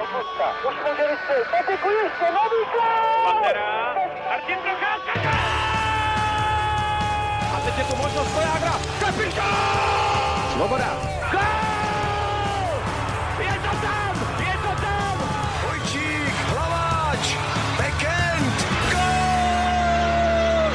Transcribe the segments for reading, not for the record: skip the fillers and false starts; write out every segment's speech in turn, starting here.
Fučka. Už může vystřelit. Patiku ještě, nový gól! Pantera, Martin Procházka, a teď je tu možnost Kojágra, kapitán! Svoboda, gól! Je to tam, je to tam! Vojčík, Hlaváč, Bekend, gól!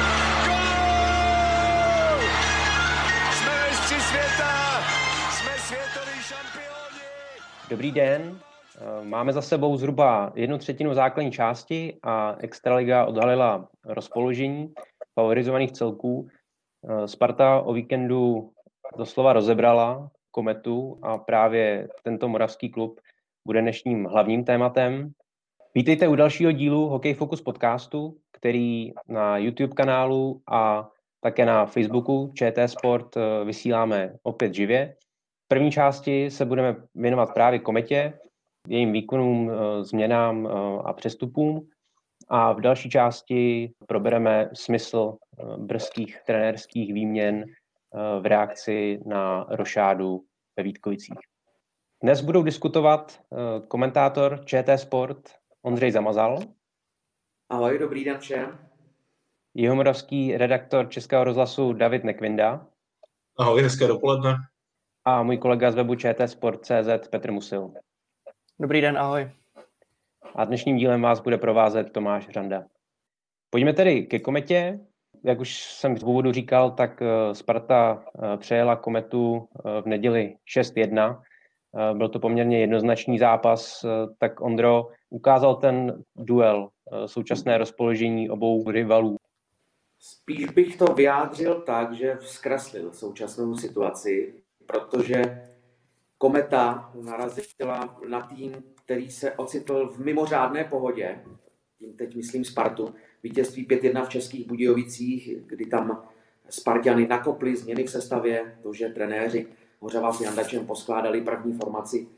Gól! Jsme mistři světa, jsme světoví šampioni! Dobrý den. Máme za sebou zhruba 1/3 základní části a Extraliga odhalila rozpoložení favorizovaných celků. Sparta o víkendu doslova rozebrala Kometu a právě tento moravský klub bude dnešním hlavním tématem. Vítejte u dalšího dílu Hokej Focus podcastu, který na YouTube kanálu a také na Facebooku ČT Sport vysíláme opět živě. V první části se budeme věnovat právě Kometě, jejím výkonům, změnám a přestupům. A v další části probereme smysl brzkých trenérských výměn v reakci na rošádu ve Vítkovicích. Dnes budou diskutovat komentátor ČT Sport Ondřej Zamazal. Ahoj, dobrý den všem. Jihomoravský redaktor Českého rozhlasu David Nekvinda. Ahoj, hezké dopoledne. A můj kolega z webu ČT Sport.cz Petr Musil. Dobrý den, ahoj. A dnešním dílem vás bude provázet Tomáš Řanda. Pojďme tedy ke Kometě. Jak už jsem v úvodu říkal, tak Sparta přejela Kometu v neděli 6-1. Byl to poměrně jednoznačný zápas. Tak Ondro, ukázal ten duel současné rozpoložení obou rivalů? Spíš bych to vyjádřil tak, že zkreslil současnou situaci, protože Kometa narazila na tým, který se ocitl v mimořádné pohodě, tím teď myslím Spartu, vítězství 5-1 v Českých Budějovicích, kdy tam Sparťany nakopli změny v sestavě, to, že trenéři Hořava s Jandačem poskládali první formaci,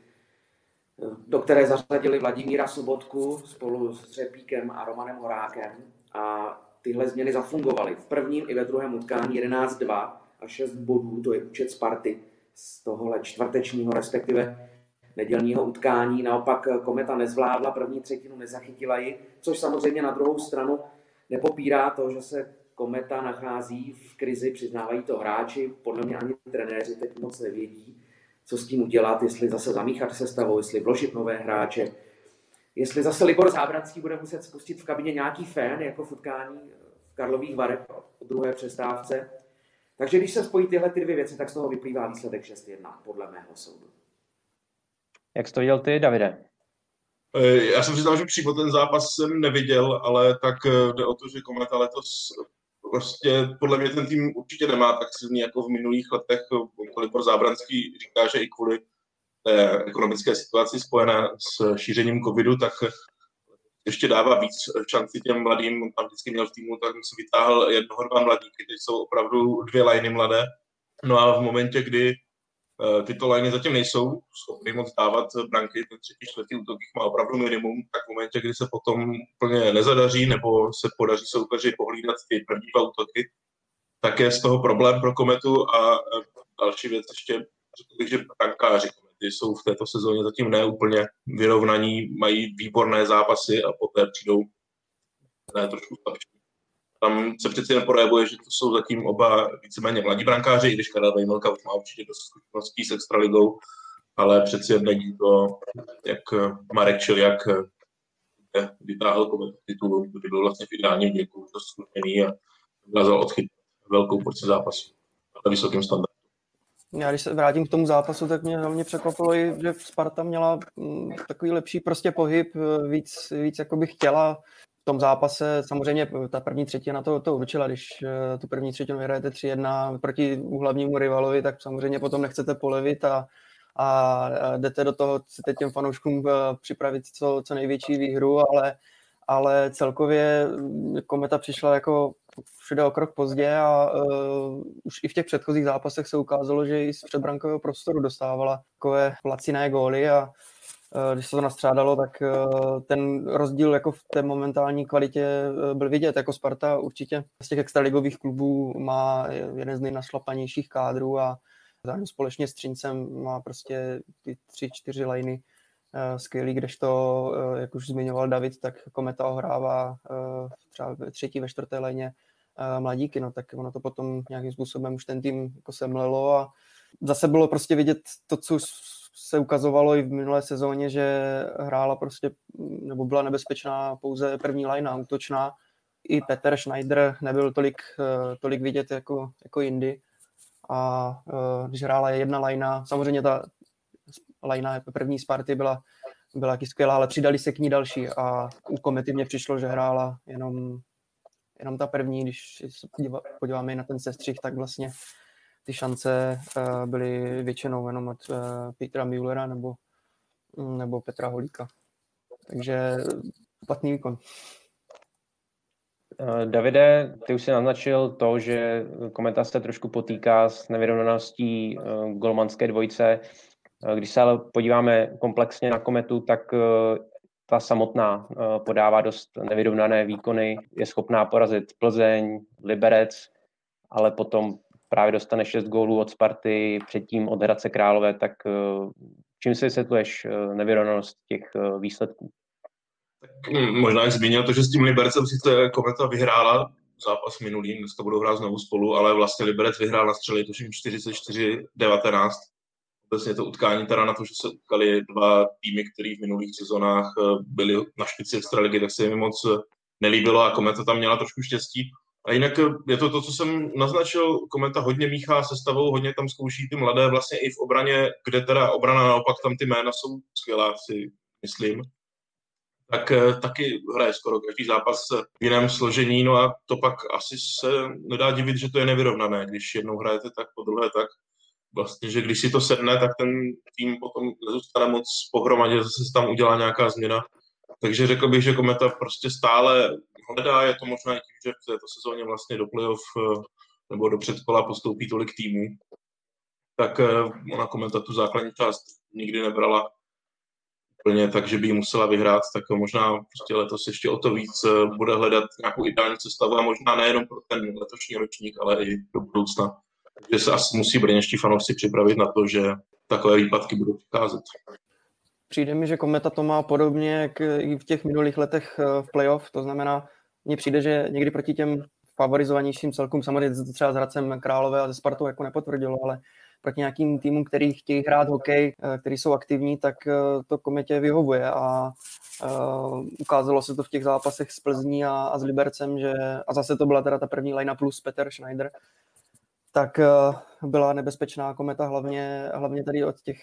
do které zařadili Vladimíra Sobotku spolu s Řepíkem a Romanem Horákem, a tyhle změny zafungovaly. V prvním i ve druhém utkání 11-2 a 6 bodů, to je účet Sparty z tohohle čtvrtečního, respektive nedělního utkání. Naopak Kometa nezvládla první třetinu, nezachytila ji, což samozřejmě na druhou stranu nepopírá to, že se Kometa nachází v krizi, přiznávají to hráči, podle mě ani trenéři teď moc nevědí, co s tím udělat, jestli zase zamíchat sestavou, jestli vložit nové hráče, jestli zase Libor Zábranský bude muset spustit v kabině nějaký fén, jako v utkání v Karlových Varech po druhé přestávce. Takže když se spojí tyhle ty dvě věci, tak z toho vyplývá výsledek 6-1, podle mého soudu. Jak jsi to viděl ty, Davide? Já jsem přiznal, že přímo ten zápas jsem neviděl, ale tak jde o to, že Kometa letos prostě podle mě ten tým určitě nemá tak silný jako v minulých letech. Libor Zábranský říká, že i kvůli té ekonomické situaci spojené s šířením covidu, tak ještě dává víc šanci těm mladým. Tam vždycky měl v týmu, tak si vytáhl 1-2 mladíky, ty jsou opravdu 2 lajny mladé. No a v momentě, kdy tyto lajny zatím nejsou schopny moc dávat branky, ten třetí, čtvrtý útok má opravdu minimum, tak v momentě, kdy se potom úplně nezadaří nebo se podaří soupeři pohlídat ty první 2 útoky, tak je z toho problém pro Kometu. A další věc ještě, řekl bych, že brankáři Komety jsou v této sezóně zatím neúplně vyrovnaní, mají výborné zápasy a poté přijdou trošku slabší. Tam se přeci neprojevuje, že to jsou zatím oba víceméně mladí brankáři, i když Karel Vejmelka už má určitě dost zkušeností s extraligou, ale přeci jen není to, jak Marek Čiliak vytáhl Kometu titulu, kdy byl vlastně v ideálním věku, dost zkušený a dokázal odchytit velkou porci zápasů na vysokém standardu. Já když se vrátím k tomu zápasu, tak mě hlavně překvapilo i, že Sparta měla takový lepší prostě pohyb, víc jako by chtěla v tom zápase. Samozřejmě ta první třetina to určila, když tu první třetinu hrajete 3-1 proti hlavnímu rivalovi, tak samozřejmě potom nechcete polevit a jdete do toho, chcete těm fanouškům připravit co největší výhru, ale celkově Kometa přišla jako všude o krok pozdě a už i v těch předchozích zápasech se ukázalo, že i z předbrankového prostoru dostávala takové laciné góly a když se to nastřádalo, tak ten rozdíl jako v té momentální kvalitě byl vidět. Jako Sparta určitě z těch extraligových klubů má jeden z nejnašlapanějších kádrů a společně s Třincem má prostě ty 3-4 liny skvělý, kdežto, jak už zmiňoval David, tak Kometa ohrává třeba ve 3., ve 4. léně mladíky, no tak ono to potom nějakým způsobem už ten tým jako semlelo a zase bylo prostě vidět to, co se ukazovalo i v minulé sezóně, že hrála prostě, nebo byla nebezpečná pouze první lajna, útočná. I Peter Schneider nebyl tolik vidět jako jindy. A když hrála jedna lajna, samozřejmě ta lajna první Sparty byla taky skvělá, ale přidali se k ní další a u Komety mně přišlo, že hrála jenom ta první, když se podíváme na ten sestřih, tak vlastně ty šance byly většinou jenom od Petra Müllera nebo Petra Holíka. Takže špatný výkon. Davide, ty už si naznačil to, že Kometa se trošku potýká s nevyrovnaností golmanské dvojice. Když se ale podíváme komplexně na Kometu, tak ta samotná podává dost nevyrovnané výkony, je schopná porazit Plzeň, Liberec, ale potom právě dostane 6 gólů od Sparty, předtím od Hradce Králové, tak čím si vysvětluješ nevyrovnanost těch výsledků? Tak možná jak zmínil to, že s tím Libercem sice Kometa vyhrála zápas minulý, dneska budou hrát znovu spolu, ale vlastně Liberec vyhrál na střely, tuším 44-19. Vlastně to utkání teda na to, že se utkali dva týmy, který v minulých sezónách byli na špici extraligy, tak se jim moc nelíbilo a Kometa tam měla trošku štěstí. A jinak je to, co jsem naznačil, Kometa hodně míchá sestavou, hodně tam zkouší ty mladé, vlastně i v obraně, kde teda obrana naopak tam ty jména jsou skvělá, si myslím. Tak taky hraje skoro každý zápas v jiném složení, no a to pak asi se nedá divit, že to je nevyrovnané, když jednou hrajete tak, po druhé tak. Vlastně, že když si to sedne, tak ten tým potom nezůstane moc pohromadě, zase se tam udělá nějaká změna. Takže řekl bych, že Kometa prostě stále hledá, je to možná i tím, že v této sezóně vlastně do playoff nebo do předkola postoupí tolik týmů. Tak ona Kometa tu základní část nikdy nebrala úplně tak, že by ji musela vyhrát, tak možná prostě letos ještě o to víc bude hledat nějakou ideální sestavu a možná nejenom pro ten letošní ročník, ale i do budoucna. Takže se asi musí brněnští fanoušci připravit na to, že takové výpadky budou přicházet. Přijde mi, že Kometa to má podobně jak i v těch minulých letech v playoff, to znamená, mně přijde, že někdy proti těm favorizovanějším celkům, samozřejmě to třeba s Hradcem Králové a se Spartou jako nepotvrdilo, ale proti nějakým týmům, který chtějí hrát hokej, který jsou aktivní, tak to Kometě vyhovuje a ukázalo se to v těch zápasech s Plzní a s Libercem, že, a zase to byla teda ta první line plus Peter Schneider, tak byla nebezpečná Kometa hlavně tady od těch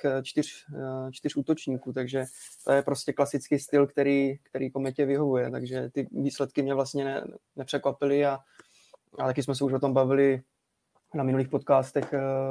čtyř útočníků, takže to je prostě klasický styl, který Kometě vyhovuje, takže ty výsledky mě vlastně nepřekvapily a taky jsme se už o tom bavili na minulých podcastech,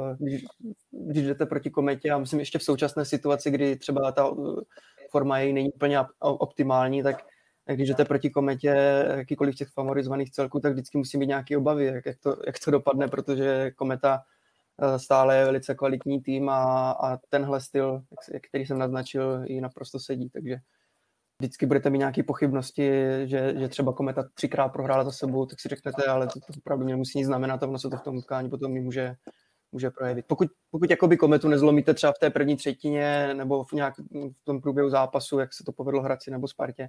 když jdete proti Kometě a myslím ještě v současné situaci, kdy třeba ta forma její není úplně optimální, tak když jdete proti Kometě jakýkoliv těch favorizovaných celků, tak vždycky musí být nějaké obavy, jak to dopadne, protože Kometa stále je velice kvalitní tým a tenhle styl, který jsem naznačil, jí naprosto sedí, takže vždycky budete mít nějaké pochybnosti, že třeba Kometa 3krát prohrála za sebou, tak si řeknete, ale to opravdu nemusí nic znamenat a ono se to v tom utkání potom může projevit. Pokud jakoby Kometu nezlomíte třeba v té první třetině nebo v tom průběhu zápasu, jak se to povedlo Hradci nebo Spartě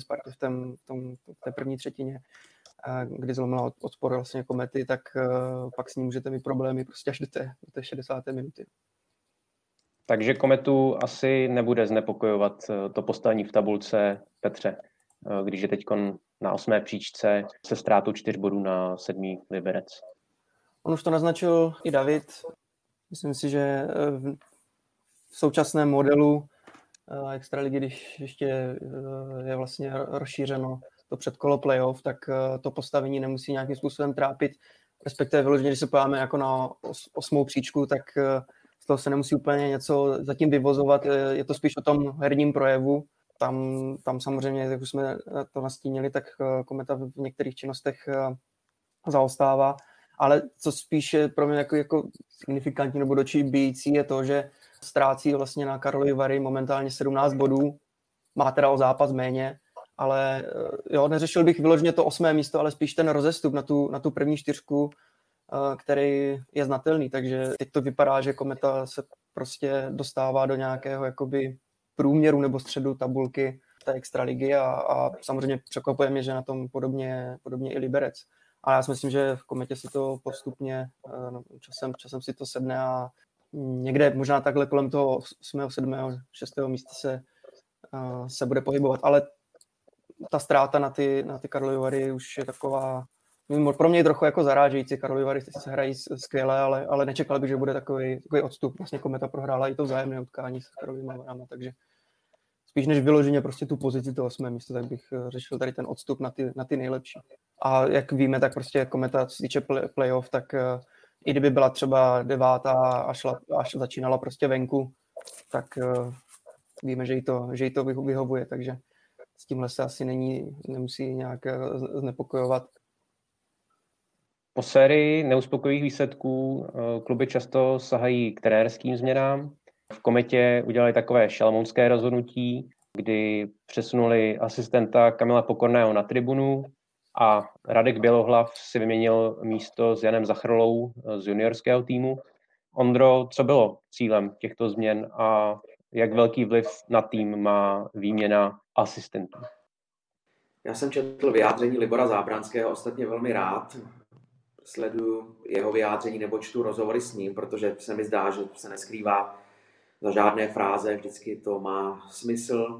v té první třetině, kdy zlomila odpor vlastně Komety, tak pak s ní můžete mít problémy prostě až do té 60. minuty. Takže Kometu asi nebude znepokojovat to postavení v tabulce, Petře, když je teď na 8. příčce se ztrátou 4 bodů na 7. Liberec. On už to naznačil i David. Myslím si, že v současném modelu extraligy, když ještě je vlastně rozšířeno to předkolo playoff, tak to postavení nemusí nějakým způsobem trápit. Respektive vyloženě, když se pojáme jako na 8. příčku, tak z toho se nemusí úplně něco zatím vyvozovat. Je to spíš o tom herním projevu. Tam samozřejmě, jak už jsme to nastínili, tak Kometa v některých činnostech zaostává. Ale co spíš je pro mě jako signifikantní nebo dočí bíjící je to, že ztrácí vlastně na Karlovy Vary momentálně 17 bodů, má teda o zápas méně, ale jo, neřešil bych vyloženě to 8. místo, ale spíš ten rozestup na tu první 4, který je znatelný, takže teď to vypadá, že Kometa se prostě dostává do nějakého jakoby průměru nebo středu tabulky té extraligy a samozřejmě překvapuje mě, že na tom podobně i Liberec. Ale já si myslím, že v Kometě si to postupně časem si to sedne a někde možná takhle kolem toho 8., 7., 6. místa se bude pohybovat. Ale ta ztráta na ty Karlovy Vary už je taková, pro mě je trochu jako zarážející. Karlovy Vary se hrají skvěle, ale nečekal bych, že bude takový odstup. Vlastně Kometa prohrála i to vzájemné utkání s Karlovými Varami, takže spíš než vyloženě prostě tu pozici toho 8. místa, tak bych řešil tady ten odstup na ty nejlepší. A jak víme, tak prostě Kometa, co se týče playoff, tak i kdyby byla třeba 9. až začínala prostě venku, tak víme, že jí to vyhovuje, takže s tímhle se asi nemusí nějak znepokojovat. Po sérii neuspokojivých výsledků kluby často sahají k trenérským změnám. V Kometě udělali takové šalamounské rozhodnutí, kdy přesunuli asistenta Kamila Pokorného na tribunu a Radek Bělohlav si vyměnil místo s Janem Zachrlou z juniorského týmu. Ondro, co bylo cílem těchto změn a jak velký vliv na tým má výměna asistentů? Já jsem četl vyjádření Libora Zábranského, ostatně velmi rád. Sleduju jeho vyjádření nebo čtu rozhovory s ním, protože se mi zdá, že se neskrývá za žádné fráze, vždycky to má smysl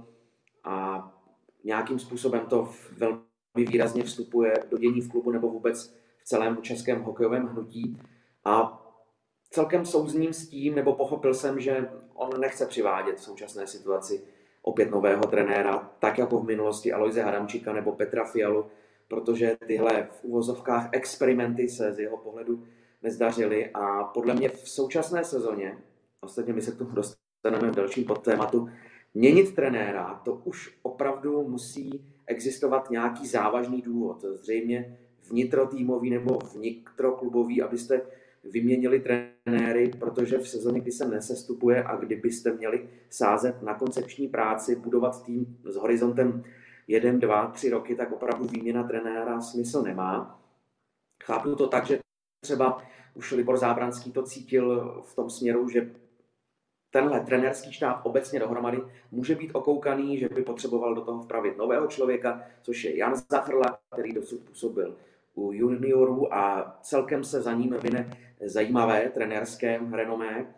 a nějakým způsobem to velmi výrazně vstupuje do dění v klubu nebo vůbec v celém českém hokejovém hnutí. A celkem souzním s tím, nebo pochopil jsem, že on nechce přivádět v současné situaci opět nového trenéra, tak jako v minulosti Alojze Hadamčíka nebo Petra Fialu, protože tyhle v uvozovkách experimenty se z jeho pohledu nezdařily a podle mě v současné sezóně, ostatně my se k tomu dostaneme v dalším podtématu, měnit trenéra, to už opravdu musí existovat nějaký závažný důvod, zřejmě vnitrotýmový nebo vnitroklubový, abyste vyměnili trenéry, protože v sezóně, kdy se nesestupuje a kdybyste měli sázet na koncepční práci, budovat tým s horizontem 1, 2, 3 roky, tak opravdu výměna trenéra smysl nemá. Chápu to tak, že třeba už Libor Zábranský to cítil v tom směru, že tenhle trenérský štáb obecně dohromady může být okoukaný, že by potřeboval do toho vpravit nového člověka, což je Jan Zachrla, který dosud působil u juniorů a celkem se za ním vyne zajímavé trenérské renomé.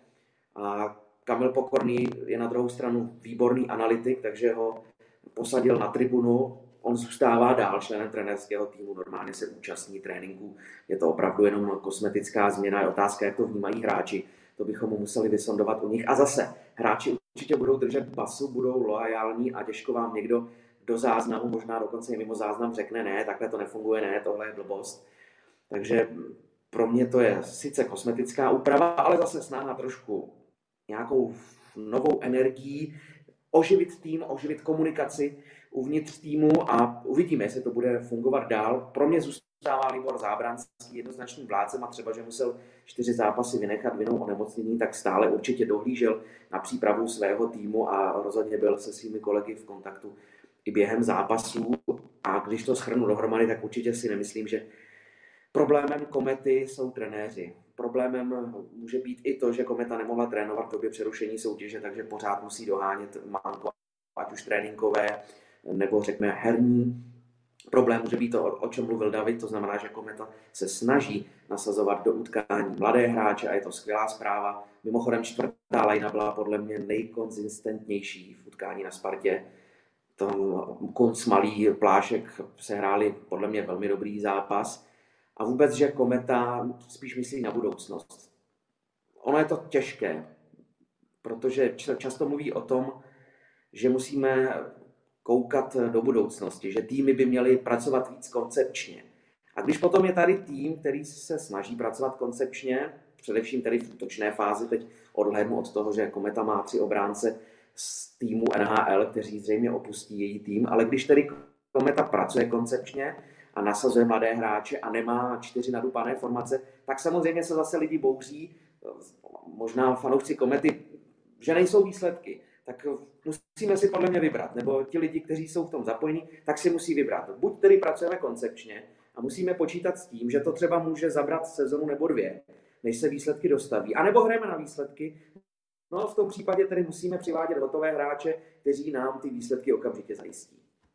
A Kamil Pokorný je na druhou stranu výborný analytik, takže ho posadil na tribunu. On zůstává dál členem trenérského týmu, normálně se účastní tréninku. Je to opravdu jenom kosmetická změna, je otázka, jak to vnímají hráči. To bychom museli vysondovat u nich. A zase, hráči určitě budou držet basu, budou loajální a těžko vám někdo do záznamu, možná dokonce i mimo záznam řekne, ne, takhle to nefunguje, ne, tohle je blbost. Takže pro mě to je sice kosmetická úprava, ale zase snaha trošku nějakou novou energií, oživit tým, oživit komunikaci uvnitř týmu a uvidíme, jestli to bude fungovat dál. Pro mě zůstává Libor Zábranský jednoznačným vládcem a třeba, že musel 4 zápasy vynechat vinou onemocnění, tak stále určitě dohlížel na přípravu svého týmu a rozhodně byl se svými kolegy v kontaktu i během zápasů. A když to shrnu dohromady, tak určitě si nemyslím, že problémem Komety jsou trenéři. Problémem může být i to, že Kometa nemohla trénovat v době přerušení soutěže, takže pořád musí dohánět manko, ať už tréninkové, nebo řekněme herní. Problém může být to, o čem mluvil David, to znamená, že Kometa se snaží nasazovat do utkání mladé hráče a je to skvělá zpráva. Mimochodem 4. lajna byla podle mě nejkonzistentnější v utkání na Spartě. Kunc, Malý, Plášek sehráli podle mě velmi dobrý zápas. A vůbec, že Kometa spíš myslí na budoucnost. Ono je to těžké, protože často mluví o tom, že musíme koukat do budoucnosti, že týmy by měly pracovat víc koncepčně. A když potom je tady tým, který se snaží pracovat koncepčně, především tady v útočné fázi, teď odhlédnu od toho, že Kometa má 3 obránce z týmu NHL, kteří zřejmě opustí její tým, ale když tedy Kometa pracuje koncepčně a nasazuje mladé hráče a nemá 4 nadupané formace, tak samozřejmě se zase lidi bouří, možná fanoušci Komety, že nejsou výsledky. Tak musíme si podle mě vybrat, nebo ti lidi, kteří jsou v tom zapojení, tak si musí vybrat. Buď tedy pracujeme koncepčně a musíme počítat s tím, že to třeba může zabrat sezonu nebo 2, než se výsledky dostaví, anebo hrajeme na výsledky, No v tom případě tedy musíme přivádět hotové hráče, kteří nám ty výsledky okamžitě zajistí.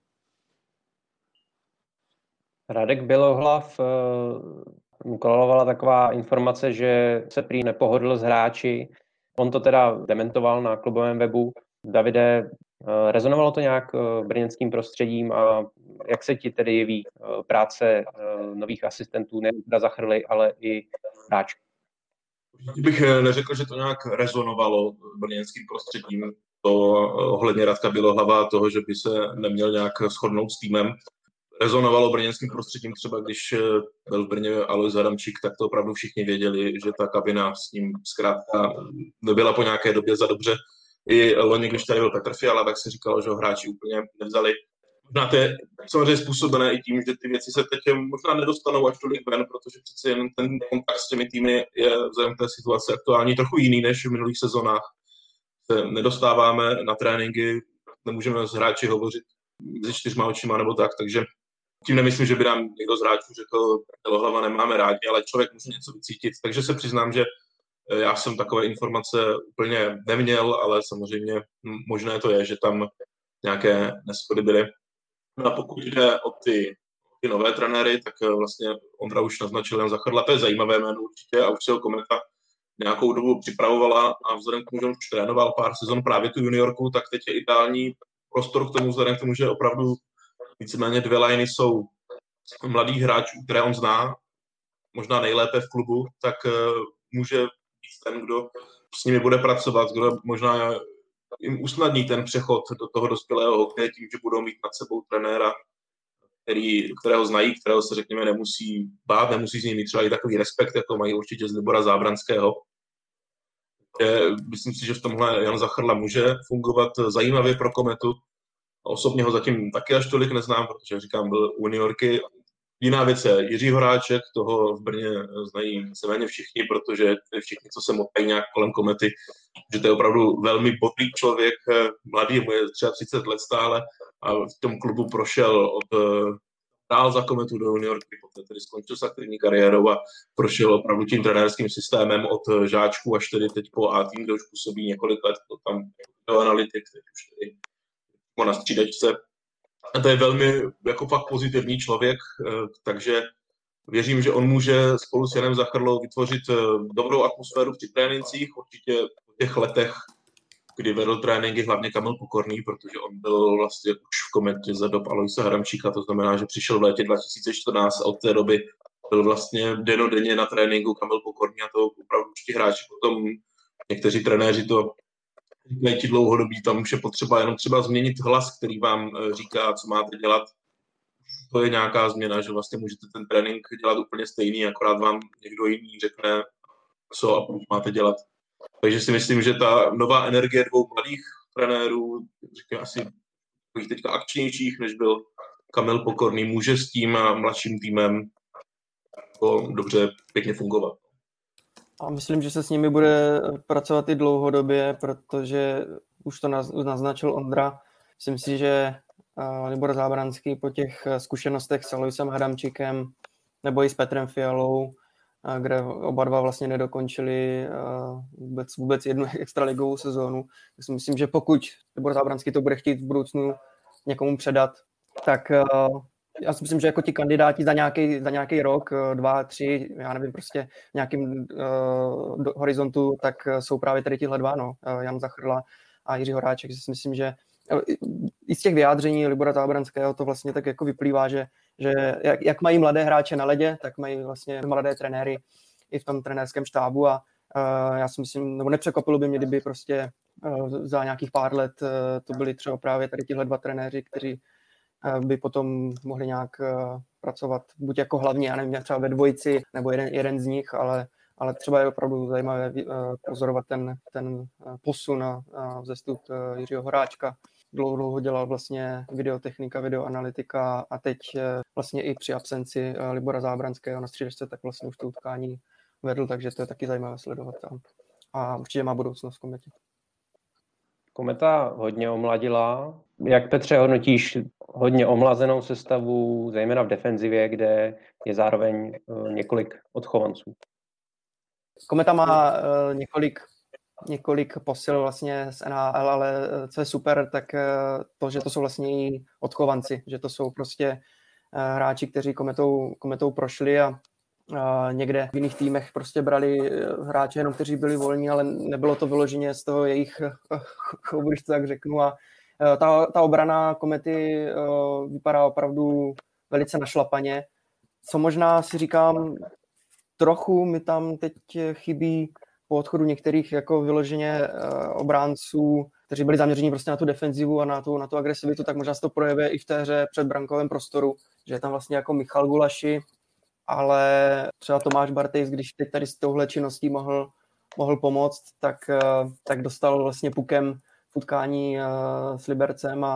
Radek Bělohlav, kolovala taková informace, že se prý nepohodl s hráči. On to teda dementoval na klubovém webu. Davide, rezonovalo to nějak brněnským prostředím a jak se ti tedy jeví práce nových asistentů, nejen Zachrly, ale i hráčů? Bych neřekl, že to nějak rezonovalo brněnským prostředím, to ohledně Radka Bělohlava a toho, že by se neměl nějak shodnout s týmem. Rezonovalo brněnským prostředím třeba, když byl v Brně Alojz Adamčík, tak to opravdu všichni věděli, že ta kabina s ním zkrátka nebyla po nějaké době za dobře. I loni, když tady byl Petr Fiala, tak se říkalo, že ho hráči úplně nevzali. Možná to je samozřejmě způsobené i tím, že ty věci se teď možná nedostanou až tolik ven, protože přece jen ten kontakt s těmi týmy je vzhledem té situace aktuální trochu jiný než v minulých sezónách. Se nedostáváme na tréninky, nemůžeme s hráči hovořit se 4 očima nebo tak, takže tím nemyslím, že by nám někdo z hráčů řekl, Bělohlava nemáme rádi, ale člověk může něco vycítit. Takže se přiznám, že já jsem takové informace úplně neměl, ale samozřejmě možné to je, že tam nějaké neshody byly. No a pokud jde o ty nové trenéry, tak vlastně Ondra už naznačil Jan Zachrla, to je zajímavé jméno určitě a už se ho Kometa nějakou dobu připravovala a vzhledem k tomu, že on už trénoval pár sezon právě tu juniorku, tak teď je ideální prostor k tomu, vzhledem k tomu, že opravdu víceméně 2 liny jsou mladých hráčů, které on zná, možná nejlépe v klubu, tak může být ten, kdo s nimi bude pracovat, kdo možná jim usnadní ten přechod do toho dospělého hokeje tím, že budou mít nad sebou trenéra, kterého znají, kterého se řekněme nemusí bát, nemusí z něj mít třeba i takový respekt, jako mají určitě z Libora Zábranského. Myslím si, že v tomhle Jan Zachrla může fungovat zajímavě pro Kometu. Osobně ho zatím taky až tolik neznám, protože říkám, byl u juniorky. Jiná věc je Jiří Horáček, toho v Brně znají víceméně všichni, protože všichni, co se motají nějak kolem Komety, že to je opravdu velmi bodlý člověk, mladý, mu je 33 let stále a v tom klubu prošel dál za Kometu do juniorky, poté tedy skončil s aktivní kariérou a prošel opravdu tím trenérským systémem od žáčků až tedy teď po A tým, kde už působí několik let, tam do analytik, teď už tedy na střídačce. A to je velmi jako fakt pozitivní člověk, takže věřím, že on může spolu s Janem Zachrlou vytvořit dobrou atmosféru při trénincích, určitě v těch letech, kdy vedl tréninky hlavně Kamil Pokorný, protože on byl vlastně už v Kometě za dob Alojse Adamčíka, to znamená, že přišel v létě 2014 a od té doby byl vlastně dennodenně na tréninku Kamil Pokorný a to opravdu ti hráči potom, někteří trenéři to říkají ti dlouhodobí, tam už je potřeba jenom třeba změnit hlas, který vám říká, co máte dělat. To je nějaká změna, že vlastně můžete ten trénink dělat úplně stejný, akorát vám někdo jiný řekne, co a proč máte dělat. Takže si myslím, že ta nová energie 2 mladých trenérů, říkám asi teďka akčnějších, než byl Kamil Pokorný, může s tím mladším týmem dobře, pěkně fungovat. A myslím, že se s nimi bude pracovat i dlouhodobě, protože už to naznačil Ondra. Myslím si, že Libor Zábranský po těch zkušenostech s Alojsem Adamčíkem nebo i s Petrem Fialou, kde oba dva vlastně nedokončili vůbec jednu extraligovou sezónu, tak si myslím, že pokud Libor Zábranský to bude chtít v budoucnu někomu předat, tak já si myslím, že jako ti kandidáti za nějaký rok, 2, 3, já nevím, prostě v nějakým horizontu, tak jsou právě tady tihle dva, no, Jan Zachrla a Jiří Horáček. Si myslím, že i z těch vyjádření Libora Zábranského to vlastně tak jako vyplývá, že jak mají mladé hráče na ledě, tak mají vlastně mladé trenéry i v tom trenérském štábu a já si myslím, nebo nepřekvapilo by mě, kdyby prostě za nějakých pár let to byli třeba právě tady tihle dva trenéři, kteří by potom mohli nějak pracovat buď jako hlavně, já nevím, třeba ve dvojici, nebo jeden z nich, ale třeba je opravdu zajímavé pozorovat ten posun a vzestup Jiřího Horáčka. Dlouho dělal vlastně videotechnika, videoanalytika a teď vlastně i při absenci Libora Zábranského na střídačce, tak vlastně už to utkání vedl, takže to je taky zajímavé sledovat tam. A určitě má budoucnost v Kometě. Kometa hodně omladila. Jak, Petře, hodnotíš hodně omlazenou sestavu, zejména v defenzivě, kde je zároveň několik odchovanců? Kometa má několik několik posil vlastně z NHL, ale co je super, tak to, že to jsou vlastně i odchovanci, že to jsou prostě hráči, kteří kometou prošli a někde v jiných týmech prostě brali hráče jenom, kteří byli volní, ale nebylo to vyloženě z toho jejich chovu, když to tak řeknu. A ta obrana Komety vypadá opravdu velice našlapaně. Co možná si říkám, trochu mi tam teď chybí po odchodu některých jako vyloženě obránců, kteří byli zaměření prostě na tu defenzivu a na tu agresivitu, tak možná se to projevuje i v té hře před brankovém prostoru, že je tam vlastně jako Michal Gulaši, ale třeba Tomáš Bartejs, když teď tady s touhle činností mohl pomoct, tak dostal vlastně pukem v utkání s Libercem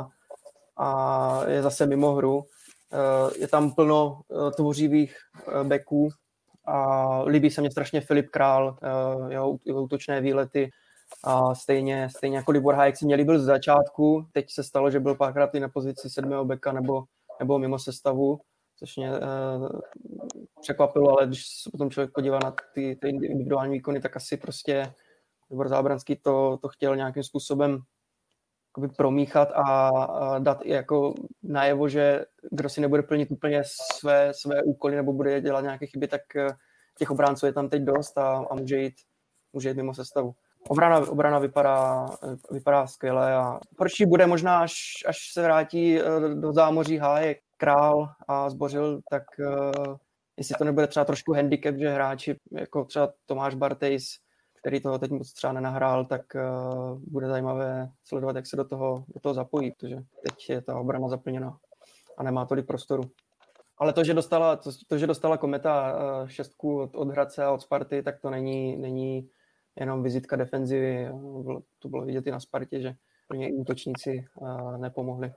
a je zase mimo hru. Je tam plno tvořivých beků a líbí se mně strašně Filip Král, jeho útočné výlety a stejně jako Libor Hájek si mě líbil z začátku, teď se stalo, že byl párkrát i na pozici 7. beka nebo mimo sestavu, což mě překvapilo, ale když se potom člověk podívá na ty individuální výkony, tak asi prostě Libor Zábranský to chtěl nějakým způsobem promíchat a dát i jako najevo, že kdo si nebude plnit úplně své úkoly nebo bude dělat nějaké chyby, tak těch obránců je tam teď dost a může jít mimo sestavu. Obrana vypadá skvěle a horší bude možná, až se vrátí do zámoří Hájek, Král a Zbořil, tak jestli to nebude třeba trošku handicap, že hráči jako třeba Tomáš Bartejs, který toho teď moc třeba nenahrál, tak bude zajímavé sledovat, jak se do toho zapojí, protože teď je ta obrana zaplněná a nemá tolik prostoru. Ale to, že dostala Kometa 6 od Hradce a od Sparty, tak to není jenom vizitka defenzivy. To bylo vidět i na Spartě, že pro něj útočníci nepomohli.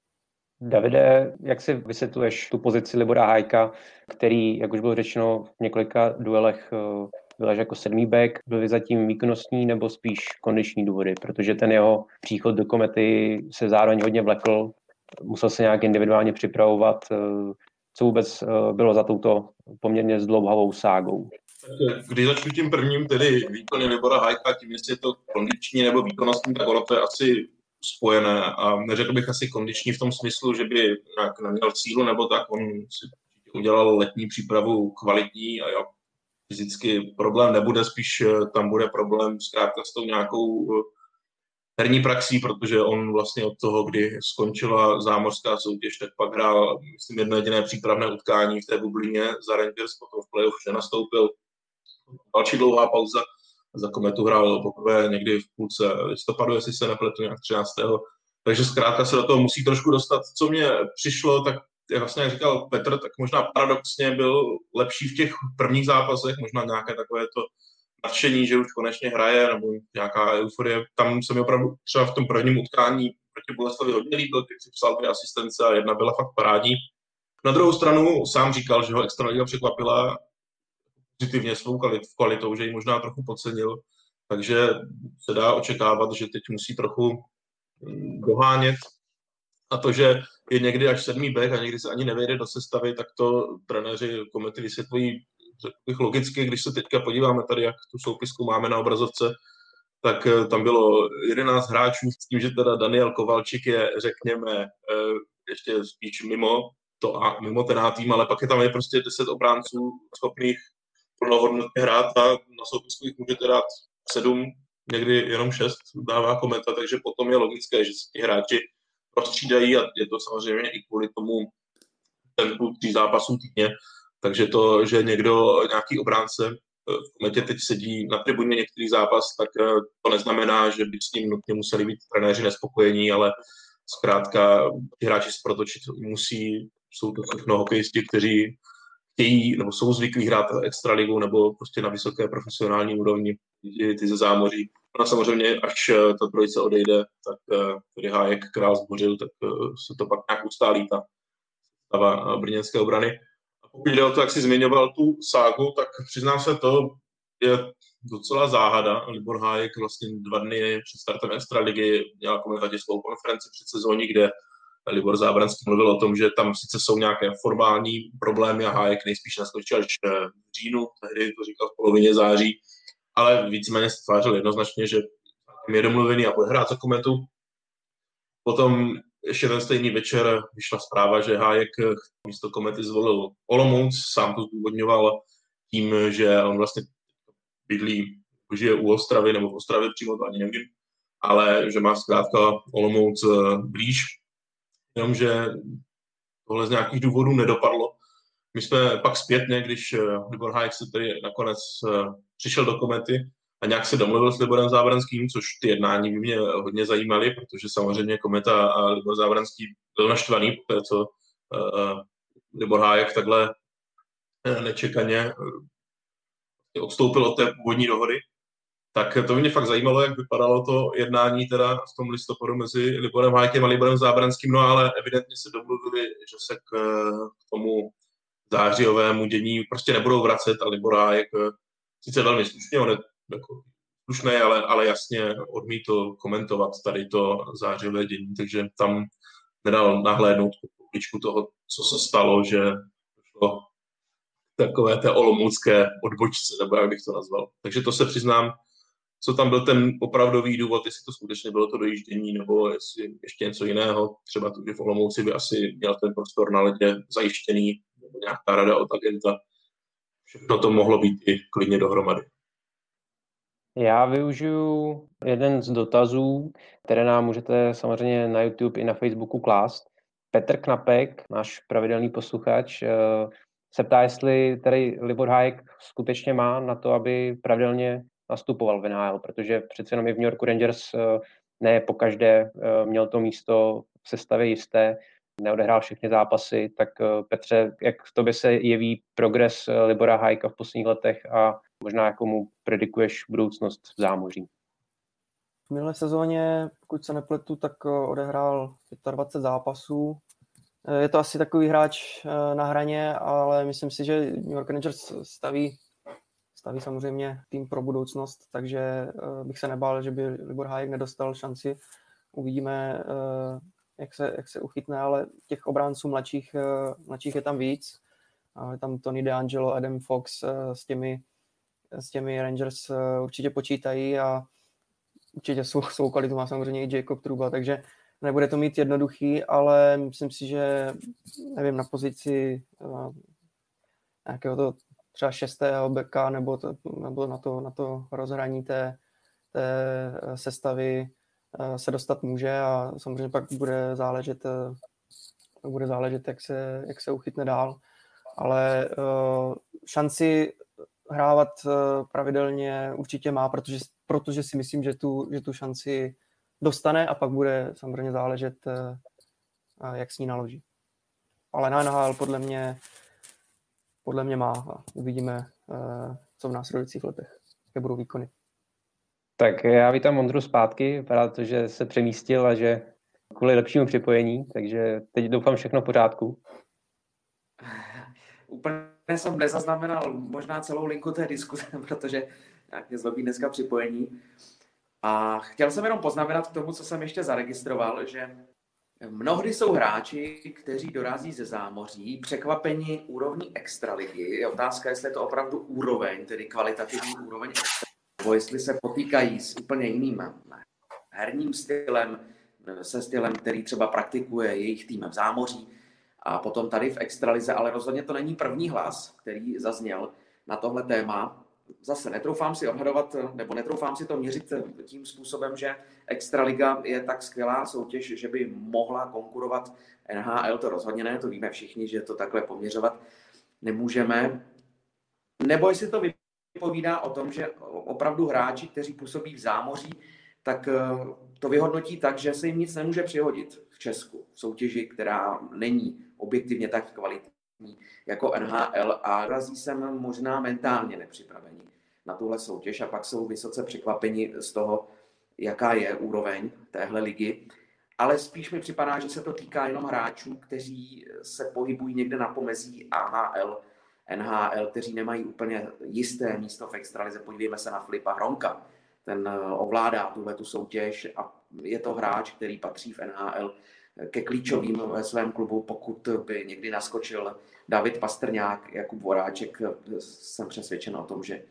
Davide, jak si vysvětluješ tu pozici Libora Hájka, který, jak už bylo řečeno, v několika duelech byl až jako 7. back, byl zatím výkonnostní nebo spíš kondiční důvody, protože ten jeho příchod do Komety se zároveň hodně vlekl, musel se nějak individuálně připravovat. Co vůbec bylo za touto poměrně zdlouhavou ságou? Když začnu tím prvním, tedy výkony Libora Hájka, tím jestli je to kondiční nebo výkonnostní, tak ono to je asi spojené a neřekl bych asi kondiční v tom smyslu, že by nějak neměl cílu nebo tak, on si udělal letní přípravu kvalitní a jo, fyzicky problém nebude, spíš tam bude problém zkrátka s tou nějakou herní praxí, protože on vlastně od toho, kdy skončila zámořská soutěž, tak pak hrál, myslím, jedno jediné přípravné utkání v té bublině za Rangers, potom v playoff už nenastoupil. Další dlouhá pauza, za Kometu hrál poprvé někdy v půlce listopadu, jestli se nepletu, nějak 13. Takže zkrátka se do toho musí trošku dostat. Co mě přišlo, tak jak vlastně říkal Petr, tak možná paradoxně byl lepší v těch prvních zápasech, možná nějaké takové to nadšení, že už konečně hraje, nebo nějaká euforie. Tam se mi opravdu třeba v tom prvním utkání proti Boleslavi hodně líbil, když si psal 2 asistence a jedna byla fakt parádní. Na druhou stranu sám říkal, že ho extraliga překvapila pozitivně svou kvalitou, že ji možná trochu podcenil, takže se dá očekávat, že teď musí trochu dohánět. A to, že je někdy až 7. back a někdy se ani nevejde do sestavy, tak to trenéři Komety vysvětlují logicky. Když se teďka podíváme tady, jak tu soupisku máme na obrazovce, tak tam bylo 11 hráčů s tím, že teda Daniel Kovalčík je, řekněme, ještě spíš mimo ten A tým, ale pak je tam prostě 10 obránců schopných plnohodnotně hrát a na soupisku jich můžete dát 7, někdy jenom 6 dává Kometa, takže potom je logické, že se ti hráči prostřídají a je to samozřejmě i kvůli tomu tempu 3 zápasů týdně. Takže to, že nějaký obránce v Kometě teď sedí na tribuně některý zápas, tak to neznamená, že by s ním nutně museli být trenéři nespokojení, ale zkrátka ti hráči se protočit musí, jsou to všechno hokejisti, kteří chtějí nebo jsou zvyklí hrát extraligu nebo prostě na vysoké profesionální úrovni, ty ze zámoří. No a samozřejmě, až ta trojice odejde, tak tedy Hájek, Král, Zbořil, tak se to pak nějak ustálí ta stava brněnské obrany. A pokud jde o to, jak jsi zmiňoval tu ságu, tak přiznám se, to je docela záhada. Libor Hájek vlastně 2 dny před startem extraligy měl komentatistickou konferenci před sezóní, kde Libor Zábranský mluvil o tom, že tam sice jsou nějaké formální problémy a Hájek nejspíš naskočil až v říjnu, tehdy to říkal v polovině září, ale víceméně se tvářil jednoznačně, že je domluvený a bude hrát za Kometu. Potom ještě ten stejný večer vyšla zpráva, že Hájek místo Komety zvolil Olomouc, sám to zdůvodňoval tím, že on vlastně bydlí, žije u Ostravy, nebo v Ostravě přímo, to ani nevím, ale že má zkrátka Olomouc blíž, jenomže tohle z nějakých důvodů nedopadlo. My jsme pak zpětně, když Libor Hájek se tedy nakonec přišel do Komety a nějak se domluvil s Liborem Zábranským, což ty jednání by mě hodně zajímaly, protože samozřejmě Kometa a Libor Zábranský byl naštvaný, co Libor Hájek takhle nečekaně odstoupil od té původní dohody. Tak to mě fakt zajímalo, jak vypadalo to jednání teda v tom listopadu mezi Liborem Hájkem a Liborem Zábranským, no ale evidentně se domluvili, že se k tomu zářijovému dění prostě nebudou vracet a Libor Hájek sice velmi slušně, on je jako slušný, ale jasně odmítl komentovat tady to zářijové dění, takže tam nedal nahlédnout popičku toho, co se stalo, že došlo takové té olomoucké odbočce, nebo jak bych to nazval. Takže to se přiznám, co tam byl ten opravdový důvod, jestli to skutečně bylo to dojíždění, nebo jestli ještě něco jiného. Třeba tu, že v Olomouci by asi měl ten prostor na ledě zajištěný, nebo nějaká rada od agenta. Všechno to mohlo být i klidně dohromady. Já využiju jeden z dotazů, které nám můžete samozřejmě na YouTube i na Facebooku klást. Petr Knapek, náš pravidelný posluchač, se ptá, jestli tady Libor Hájek skutečně má na to, aby pravidelně nastupoval v NHL, protože přece jenom i v New Yorku Rangers ne pokaždé měl to místo v sestavě jisté, neodehrál všechny zápasy, tak Petře, jak v tobě se jeví progres Libora Hájka v posledních letech a možná jako mu predikuješ budoucnost v zámoří? V minulé sezóně, pokud se nepletu, tak odehrál 25 zápasů. Je to asi takový hráč na hraně, ale myslím si, že New York Rangers staví samozřejmě tým pro budoucnost, takže bych se nebál, že by Libor Hájek nedostal šanci. Uvidíme, jak se uchytne, ale těch obránců mladších je tam víc. Je tam Tony DeAngelo, Adam Fox, s těmi Rangers určitě počítají a určitě svou kvalitu má samozřejmě i Jacob Trouba, takže nebude to mít jednoduchý, ale myslím si, že nevím, na pozici nějakého to třeba 6. beka nebo na to rozhraní té sestavy se dostat může a samozřejmě pak bude záležet, jak se uchytne dál. Ale šanci hrávat pravidelně určitě má, protože si myslím, že tu šanci dostane a pak bude samozřejmě záležet, jak s ní naloží. Ale na NHL podle mě má. Uvidíme, co v následujících letech, jaké budou výkony. Tak já vítám Ondru zpátky, vypadá to, že se přemístil a že kvůli lepšímu připojení, takže teď doufám všechno v pořádku. Úplně jsem nezaznamenal možná celou linku té diskuze, protože nějak mě zlobí dneska připojení. A chtěl jsem jenom poznamenat k tomu, co jsem ještě zaregistroval, že mnohdy jsou hráči, kteří dorazí ze zámoří, překvapení úrovní extraligy. Je otázka, jestli je to opravdu úroveň, tedy kvalitativní úroveň extraligy, nebo jestli se potýkají s úplně jiným herním stylem, se stylem, který třeba praktikuje jejich tým v zámoří a potom tady v extralize, ale rozhodně to není první hlas, který zazněl na tohle téma. Zase netroufám si odhadovat, nebo netroufám si to měřit tím způsobem, že extraliga je tak skvělá soutěž, že by mohla konkurovat NHL, to rozhodně ne, to víme všichni, že to takhle poměřovat nemůžeme. Nebo jestli to vypovídá o tom, že opravdu hráči, kteří působí v zámoří, tak to vyhodnotí tak, že se jim nic nemůže přihodit v Česku, v soutěži, která není objektivně tak kvalitní jako NHL a razí sem možná mentálně nepřipravení na tuhle soutěž a pak jsou vysoce překvapeni z toho, jaká je úroveň téhle ligy. Ale spíš mi připadá, že se to týká jenom hráčů, kteří se pohybují někde na pomezí AHL, NHL, kteří nemají úplně jisté místo v extralize. Podívejme se na Filipa Hronka. Ten ovládá tuhletu soutěž a je to hráč, který patří v NHL ke klíčovým ve svém klubu. Pokud by někdy naskočil David Pastrňák, Jakub Voráček, jsem přesvědčen o tom, že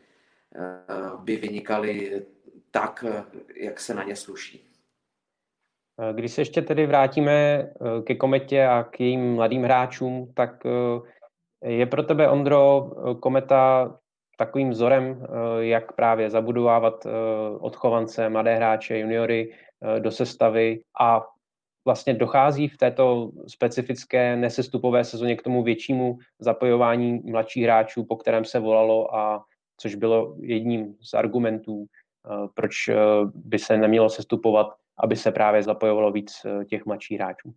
by vynikaly tak, jak se na ně sluší. Když se ještě tedy vrátíme ke Kometě a k jejím mladým hráčům, tak je pro tebe, Ondro, Kometa takovým vzorem, jak právě zabudovávat odchovance, mladé hráče, juniory do sestavy a vlastně dochází v této specifické nesestupové sezóně k tomu většímu zapojování mladších hráčů, po kterém se volalo a což bylo jedním z argumentů, proč by se nemělo sestupovat, aby se právě zapojovalo víc těch mladších hráčů.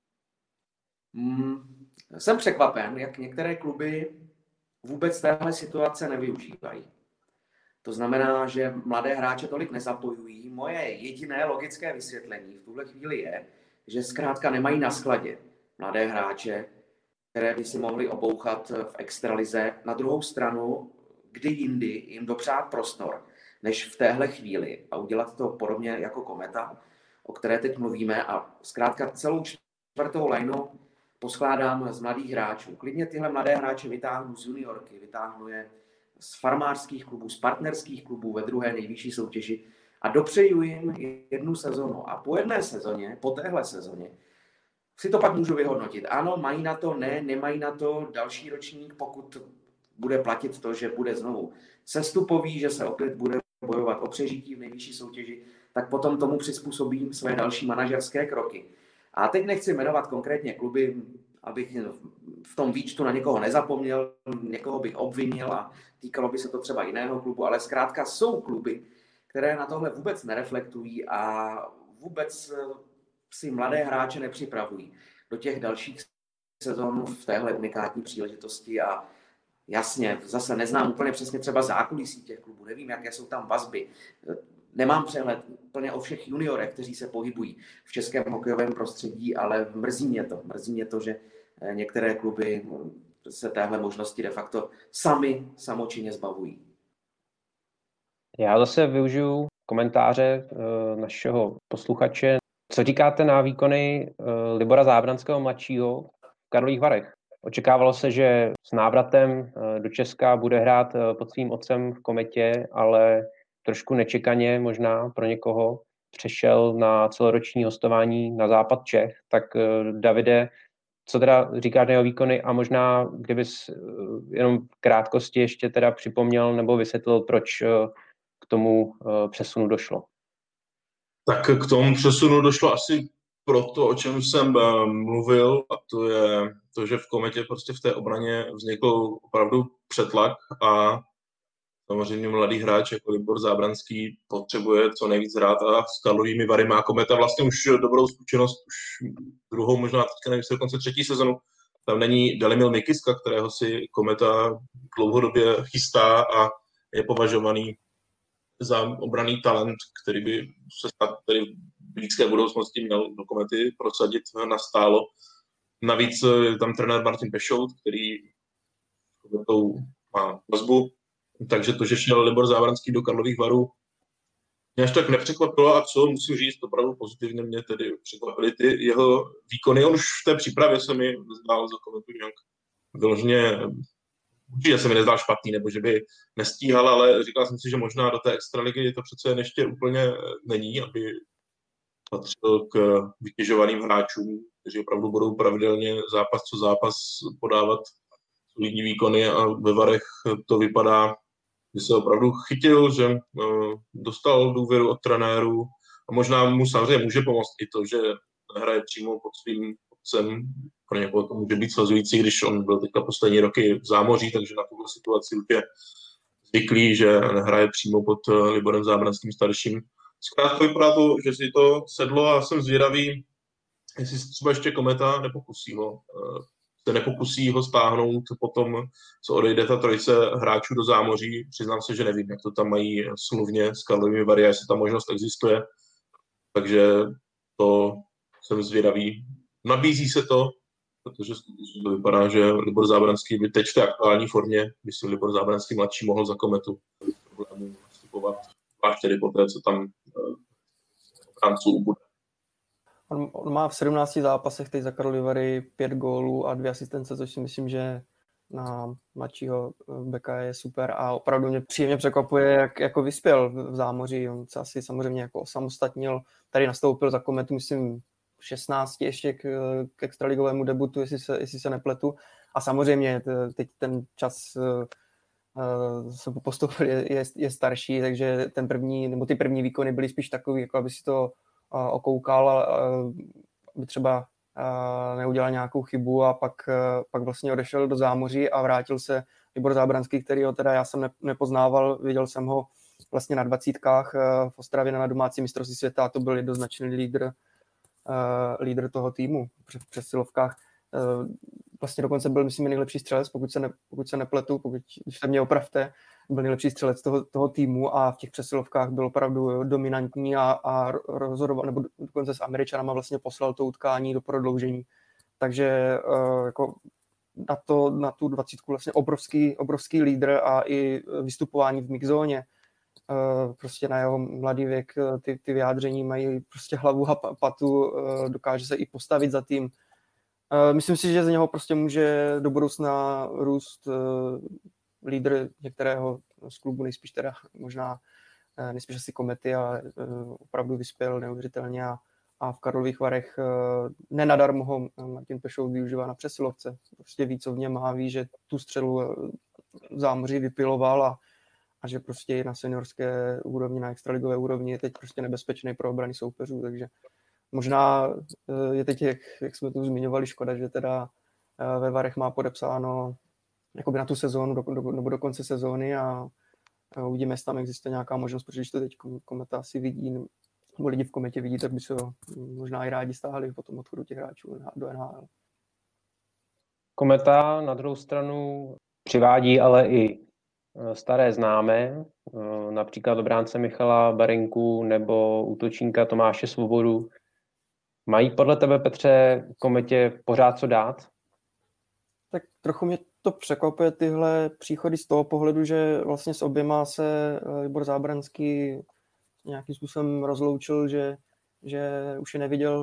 Jsem překvapen, jak některé kluby vůbec téhle situace nevyužívají. To znamená, že mladé hráče tolik nezapojují. Moje jediné logické vysvětlení v tuhle chvíli je, že zkrátka nemají na skladě mladé hráče, které by si mohli obouchat v extralize. Na druhou stranu, kdy jindy jim dopřát prostor, než v téhle chvíli a udělat to podobně jako Kometa, o které teď mluvíme, a zkrátka celou čtvrtou lineu poskládám z mladých hráčů. Klidně tyhle mladé hráče vytáhnu z juniorky, vytáhnu je z farmářských klubů, z partnerských klubů ve druhé nejvyšší soutěži a dopřeju jim jednu sezonu. A po jedné sezóně, po téhle sezóně, si to pak můžu vyhodnotit. Ano, mají na to, ne, nemají na to další ročník, pokud bude platit to, že bude znovu sestupový, že se opět bude bojovat o přežití v nejvyšší soutěži, tak potom tomu přizpůsobím své další manažerské kroky. A teď nechci jmenovat konkrétně kluby, abych v tom výčtu na někoho nezapomněl, někoho bych obvinil a týkalo by se to třeba jiného klubu, ale zkrátka jsou kluby, které na tohle vůbec nereflektují a vůbec si mladé hráče nepřipravují do těch dalších sezon v téhle unikátní příležitosti. A jasně, zase neznám úplně přesně třeba zákulisí těch klubů, nevím, jaké jsou tam vazby. Nemám přehled úplně o všech juniorech, kteří se pohybují v českém hokejovém prostředí, ale mrzí mě to, že některé kluby se téhle možnosti de facto samočinně zbavují. Já zase využiju komentáře našeho posluchače. Co říkáte na výkony Libora Zábranského mladšího v Karlových Varech? Očekávalo se, že s návratem do Česka bude hrát pod svým otcem v Kometě, ale trošku nečekaně možná pro někoho přešel na celoroční hostování na západ Čech. Tak Davide, co teda říkáš na jeho výkony a možná kdybys jenom v krátkosti ještě teda připomněl nebo vysvětlil, proč k tomu přesunu došlo? Tak k tomu přesunu došlo asi proto, o čem jsem mluvil, a to je to, že v Kometě prostě v té obraně vznikl opravdu přetlak a samozřejmě mladý hráč jako Libor Zábranský potřebuje co nejvíc hrát a s Karlovými Vary má Kometa vlastně už dobrou zkušenost, už druhou, možná teďka nevím, dokonce třetí sezonu. Tam není Dalimil Mikiska, kterého si Kometa dlouhodobě chystá a je považovaný za obranný talent, který by se snad v blízké budoucnosti měl do Komety prosadit nastálo. Navíc je tam trenér Martin Pešout, který Kometou má vazbu. Takže to, že šel Libor Zábranský do Karlových Varů, mě až tak nepřekvapilo a co musím říct, opravdu pozitivně mě tedy překvapily ty jeho výkony. On už v té přípravě se mi zdál za Kometu nějak vyloženě, určitě se mi nezdál špatný, nebo že by nestíhal, ale říkal jsem si, že možná do té extraligy to přece ještě úplně není, aby patřil k vytěžovaným hráčům, kteří opravdu budou pravidelně zápas co zápas podávat solidní výkony a ve Varech to vypadá, že se opravdu chytil, že dostal důvěru od trenérů a možná mu samozřejmě může pomoct i to, že hraje přímo pod svým otcem. Pro někoho to může být svazující, když on byl teďka poslední roky v zámoří, takže na tuhle situaci už je zvyklý, že hraje přímo pod Liborem Zábranským starším. Zkrátka vypadá to, že si to sedlo a jsem zvědavý, jestli se třeba ještě Kometa nepokusí ho stáhnout potom, co odejde ta trojice hráčů do zámoří. Přiznám se, že nevím, jak to tam mají smluvně s Karlovými Vary, jestli ta možnost existuje. Takže to jsem zvědavý. Nabízí se to, protože to vypadá, že Libor Zábranský by teď v té aktuální formě, by si Libor Zábranský mladší mohl za Kometu problémů vstupovat, až tedy poté, co tam Franců ubude. On má v 17 zápasech teď za Karlovy Vary 5 gólů a 2 asistence, což si myslím, že na mladšího beka je super a opravdu mě příjemně překvapuje, jak jako vyspěl v zámoří. On se asi samozřejmě jako osamostatnil, tady nastoupil za Kometu, myslím, 16 ještě k extraligovému debutu, jestli se nepletu. A samozřejmě teď ten čas se postoupil, je starší, takže ten první, nebo ty první výkony byly spíš takový, jako aby si to okoukal, aby třeba neudělal nějakou chybu a pak vlastně odešel do zámoří a vrátil se Libor Zábranský, kterýho teda já jsem nepoznával, viděl jsem ho vlastně na 20 v Ostravě na domácí mistrovství světa a to byl jednoznačný lídr toho týmu v přesilovkách. Vlastně dokonce byl, myslím, nejlepší střelec, pokud se nepletu, když se mě opravte, byl nejlepší střelec toho týmu a v těch přesilovkách byl opravdu dominantní a rozhodoval, nebo dokonce s Američanama vlastně poslal to utkání do prodloužení. Takže jako na tu 20 vlastně obrovský lídr a i vystupování v mixzóně. Prostě na jeho mladý věk ty vyjádření mají prostě hlavu a patu, dokáže se i postavit za tým. Myslím si, že z něho prostě může do budoucna růst lídr některého z klubu, nejspíš teda možná nejspíš asi Komety, ale opravdu vyspěl neuvěřitelně a v Karlových Varech nenadarmo ho Martin Pešout využívá na přesilovce. Prostě ví, co v něm má, ví, že tu střelu v zámoří vypiloval a že prostě na seniorské úrovni, na extraligové úrovni je teď prostě nebezpečný pro obrany soupeřů, takže možná je teď, jak jsme tu zmiňovali, škoda, že teda ve Varech má podepsáno jakoby na tu sezónu, nebo do konce sezóny a uvidíme, jestli tam existuje nějaká možnost, protože když to teď Kometa asi vidí, nebo lidi v Kometě vidí, tak by se ho možná i rádi stáhli po tom odchodu těch hráčů do NHL. Kometa na druhou stranu přivádí ale i staré známé, například obránce Michala Barenku nebo útočníka Tomáše Svobodu. Mají podle tebe, Petře, Kometě pořád co dát? Tak trochu mě to překvapuje tyhle příchody z toho pohledu, že vlastně s oběma se Libor Zábranský nějakým způsobem rozloučil, že už je neviděl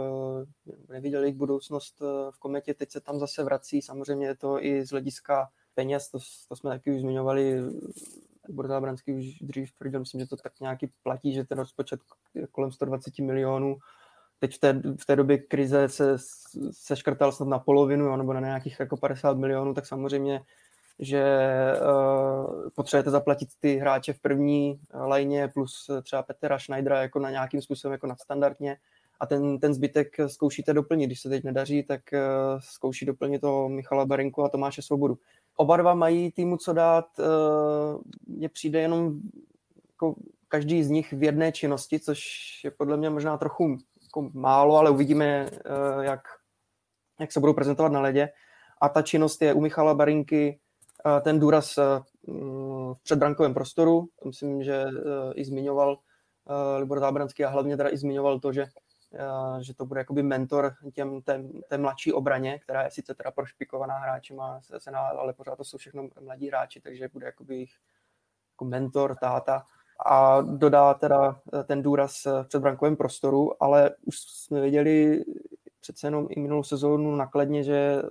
jejich budoucnost v Kometě, teď se tam zase vrací, samozřejmě je to i z hlediska peněz, to jsme taky už zmiňovali, Libor Zábranský už dřív tvrdil, myslím, že to tak nějaký platí, že ten rozpočet je kolem 120 milionů. Teď v té době krize se škrtal snad na polovinu, nebo na nějakých jako 50 milionů, tak samozřejmě, že potřebujete zaplatit ty hráče v první lajně plus třeba Petra Schneidera jako na nějakým způsobem jako nadstandardně a ten zbytek zkoušíte doplnit. Když se teď nedaří, tak zkouší doplnit to Michala Barenku a Tomáše Svobodu. Oba dva mají týmu co dát, mně přijde jenom jako každý z nich v jedné činnosti, což je podle mě možná trochu jako málo, ale uvidíme, jak se budou prezentovat na ledě. A ta činnost je u Michala Barinky ten důraz v předbrankovém prostoru. To myslím, že i zmiňoval Libor Zábranský a hlavně teda i zmiňoval to, že to bude jakoby mentor té mladší obraně, která je sice teda prošpikovaná hráčima, ale pořád to jsou všechno mladí hráči, takže bude jakoby jich jako mentor, táta. A dodá teda ten důraz v předbrankovém prostoru, ale už jsme viděli přece jenom i minulou sezónu nakladně, že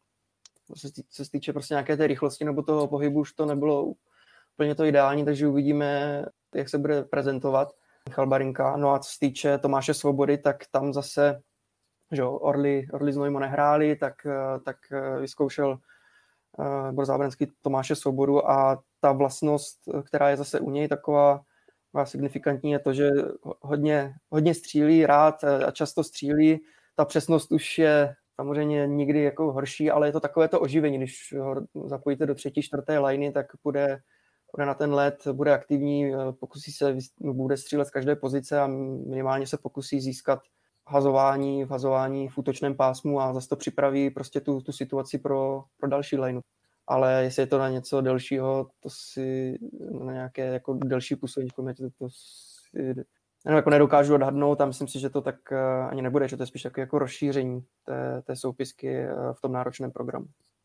co se týče prostě nějaké té rychlosti nebo toho pohybu, už to nebylo úplně to ideální, takže uvidíme, jak se bude prezentovat Michal Barinka. No a co se týče Tomáše Svobody, tak tam zase, že Orly s Nojmo nehráli, tak vyzkoušel Libor Zábranský Tomáše Svobodu a ta vlastnost, která je zase u něj taková signifikantní, je to, že hodně střílí rád a často střílí. Ta přesnost už je samozřejmě nikdy jako horší, ale je to takové to oživení. Když ho zapojíte do 3., 4. lajny, tak bude na ten led, bude aktivní, bude střílet z každé pozice a minimálně se pokusí získat hazování v útočném pásmu a zase to připraví prostě tu situaci pro další lineu. Ale jestli je to na něco delšího, to si na nějaké jako delší působení v Kometě, to si jako nedokážu odhadnout a myslím si, že to tak ani nebude, že to je spíš jako rozšíření té soupisky v tom náročném programu.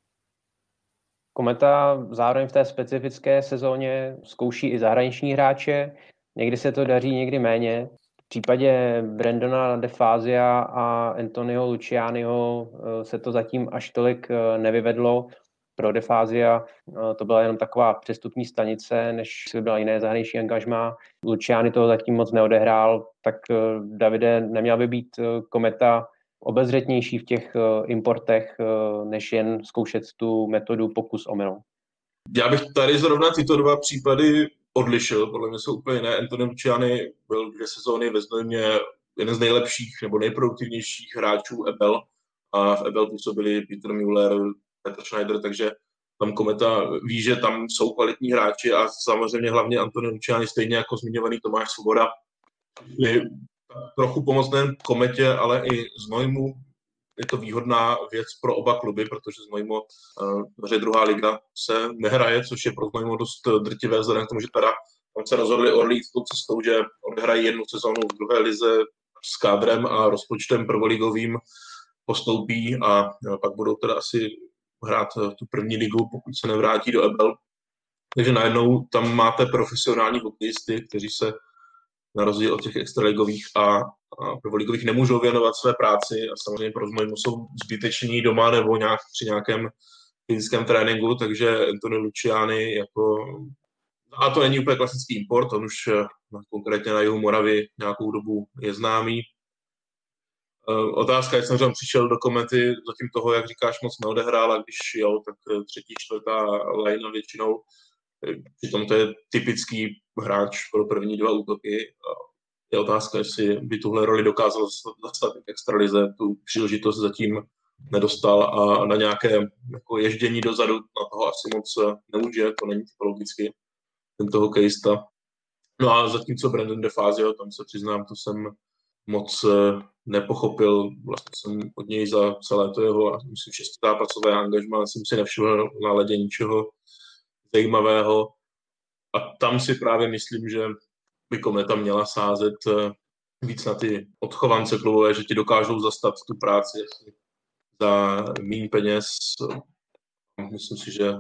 Kometa zároveň v té specifické sezóně zkouší i zahraniční hráče. Někdy se to daří, někdy méně. V případě Brandona DeFazia a Antonio Lucianiho se to zatím až tolik nevyvedlo. pro De Fazia to byla jenom taková přestupní stanice, než by byla jiné zahraniční angažmá. Luciani toho zatím moc neodehrál, tak Davide, neměl by být Kometa obezřetnější v těch importech, než jen zkoušet tu metodu pokus omyl? Já bych tady zrovna tyto dva případy odlišil. Podle mě jsou úplně jiné. Antonio Luciani byl 2 sezóny ve Znojmě jeden z nejlepších nebo nejproduktivnějších hráčů EBL. A v EBL působili Peter Müller, Petr Schneider, takže tam Kometa ví, že tam jsou kvalitní hráči a samozřejmě hlavně Antonio Luciani, stejně jako zmiňovaný Tomáš Svoboda, je trochu pomoct nejen Kometě, ale i Znojmu. Je to výhodná věc pro oba kluby, protože Znojmo, protože druhá liga se nehraje, což je pro Znojmo dost drtivé, vzhledem k tomu, že teda tam se rozhodli Orlí tou cestou, že odehrají 1 sezónu v druhé lize s kádrem a rozpočtem prvoligovým, postoupí a pak budou teda asi hrát tu první ligu, pokud se nevrátí do EBL. Takže najednou tam máte profesionální hokejisty, kteří se na rozdíl od těch extraligových a prvoligových nemůžou věnovat své práci a samozřejmě pro Znojmu jsou zbyteční doma nebo při nějakém fyzickém tréninku, takže Antonio Luciani jako... A to není úplně klasický import, on už konkrétně na jihu Moravy nějakou dobu je známý. Otázka, jak jsem přišel do Komety, zatím toho, jak říkáš, moc neodehrál, a když jel, tak 3., 4. lajna většinou. Přitom to je typický hráč pro první 2 útoky. Je otázka, jestli by tuhle roli dokázal zastat v extralize. Tu příležitost zatím nedostal a na nějaké jako ježdění dozadu na toho asi moc nemůže, to není typologicky tento hokejista. No a zatímco Brandon De Fazio, tam se přiznám, to jsem moc nepochopil. Vlastně jsem od něj za celé to jeho, myslím, 6zápasové angažmá jsem si nevšiml na ledě ničeho zajímavého. A tam si právě myslím, že by Kometa měla sázet víc na ty odchovance klubové, že ti dokážou zastat tu práci za méně peněz. Myslím si, že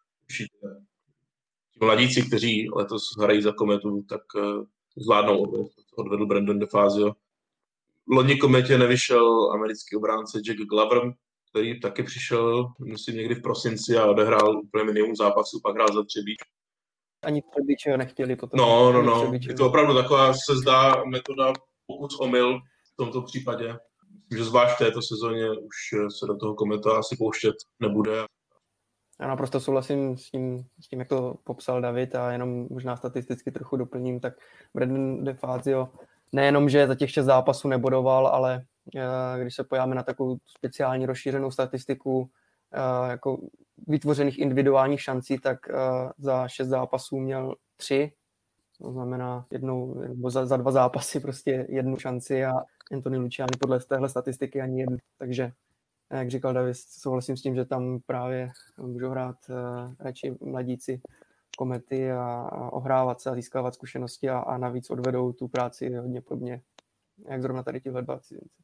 ti mladíci, kteří letos hrají za Kometu, tak zvládnou, odvedl Brandon De Fazio. Loni Kometě nevyšel americký obránce Jack Glover, který taky přišel, myslím, někdy v prosinci a odehrál úplně minimum zápasů, pak hrál za Třebíč. Ani Třebíč ho nechtěli potom. No. Je to opravdu taková, se zdá, metoda pokus omyl v tomto případě. Myslím, že zvlášť v této sezóně už se do toho Kometa asi pouštět nebude. Já naprosto souhlasím s tím, jak to popsal David, a jenom možná statisticky trochu doplním, tak Brandon De Fazio nejenom, že za těch 6 zápasů nebodoval, ale když se pojáme na takovou speciální rozšířenou statistiku jako vytvořených individuálních šancí, tak za 6 zápasů měl 3, to znamená za 2 zápasy prostě 1 šanci a Antonio Luciani podle téhle statistiky ani 1. Takže, jak říkal David, souhlasím s tím, že tam právě můžou hrát radši mladíci Komety a ohrávat se a získávat zkušenosti a navíc odvedou tu práci hodně podobně, jak zrovna tady tihle 2 cizinci.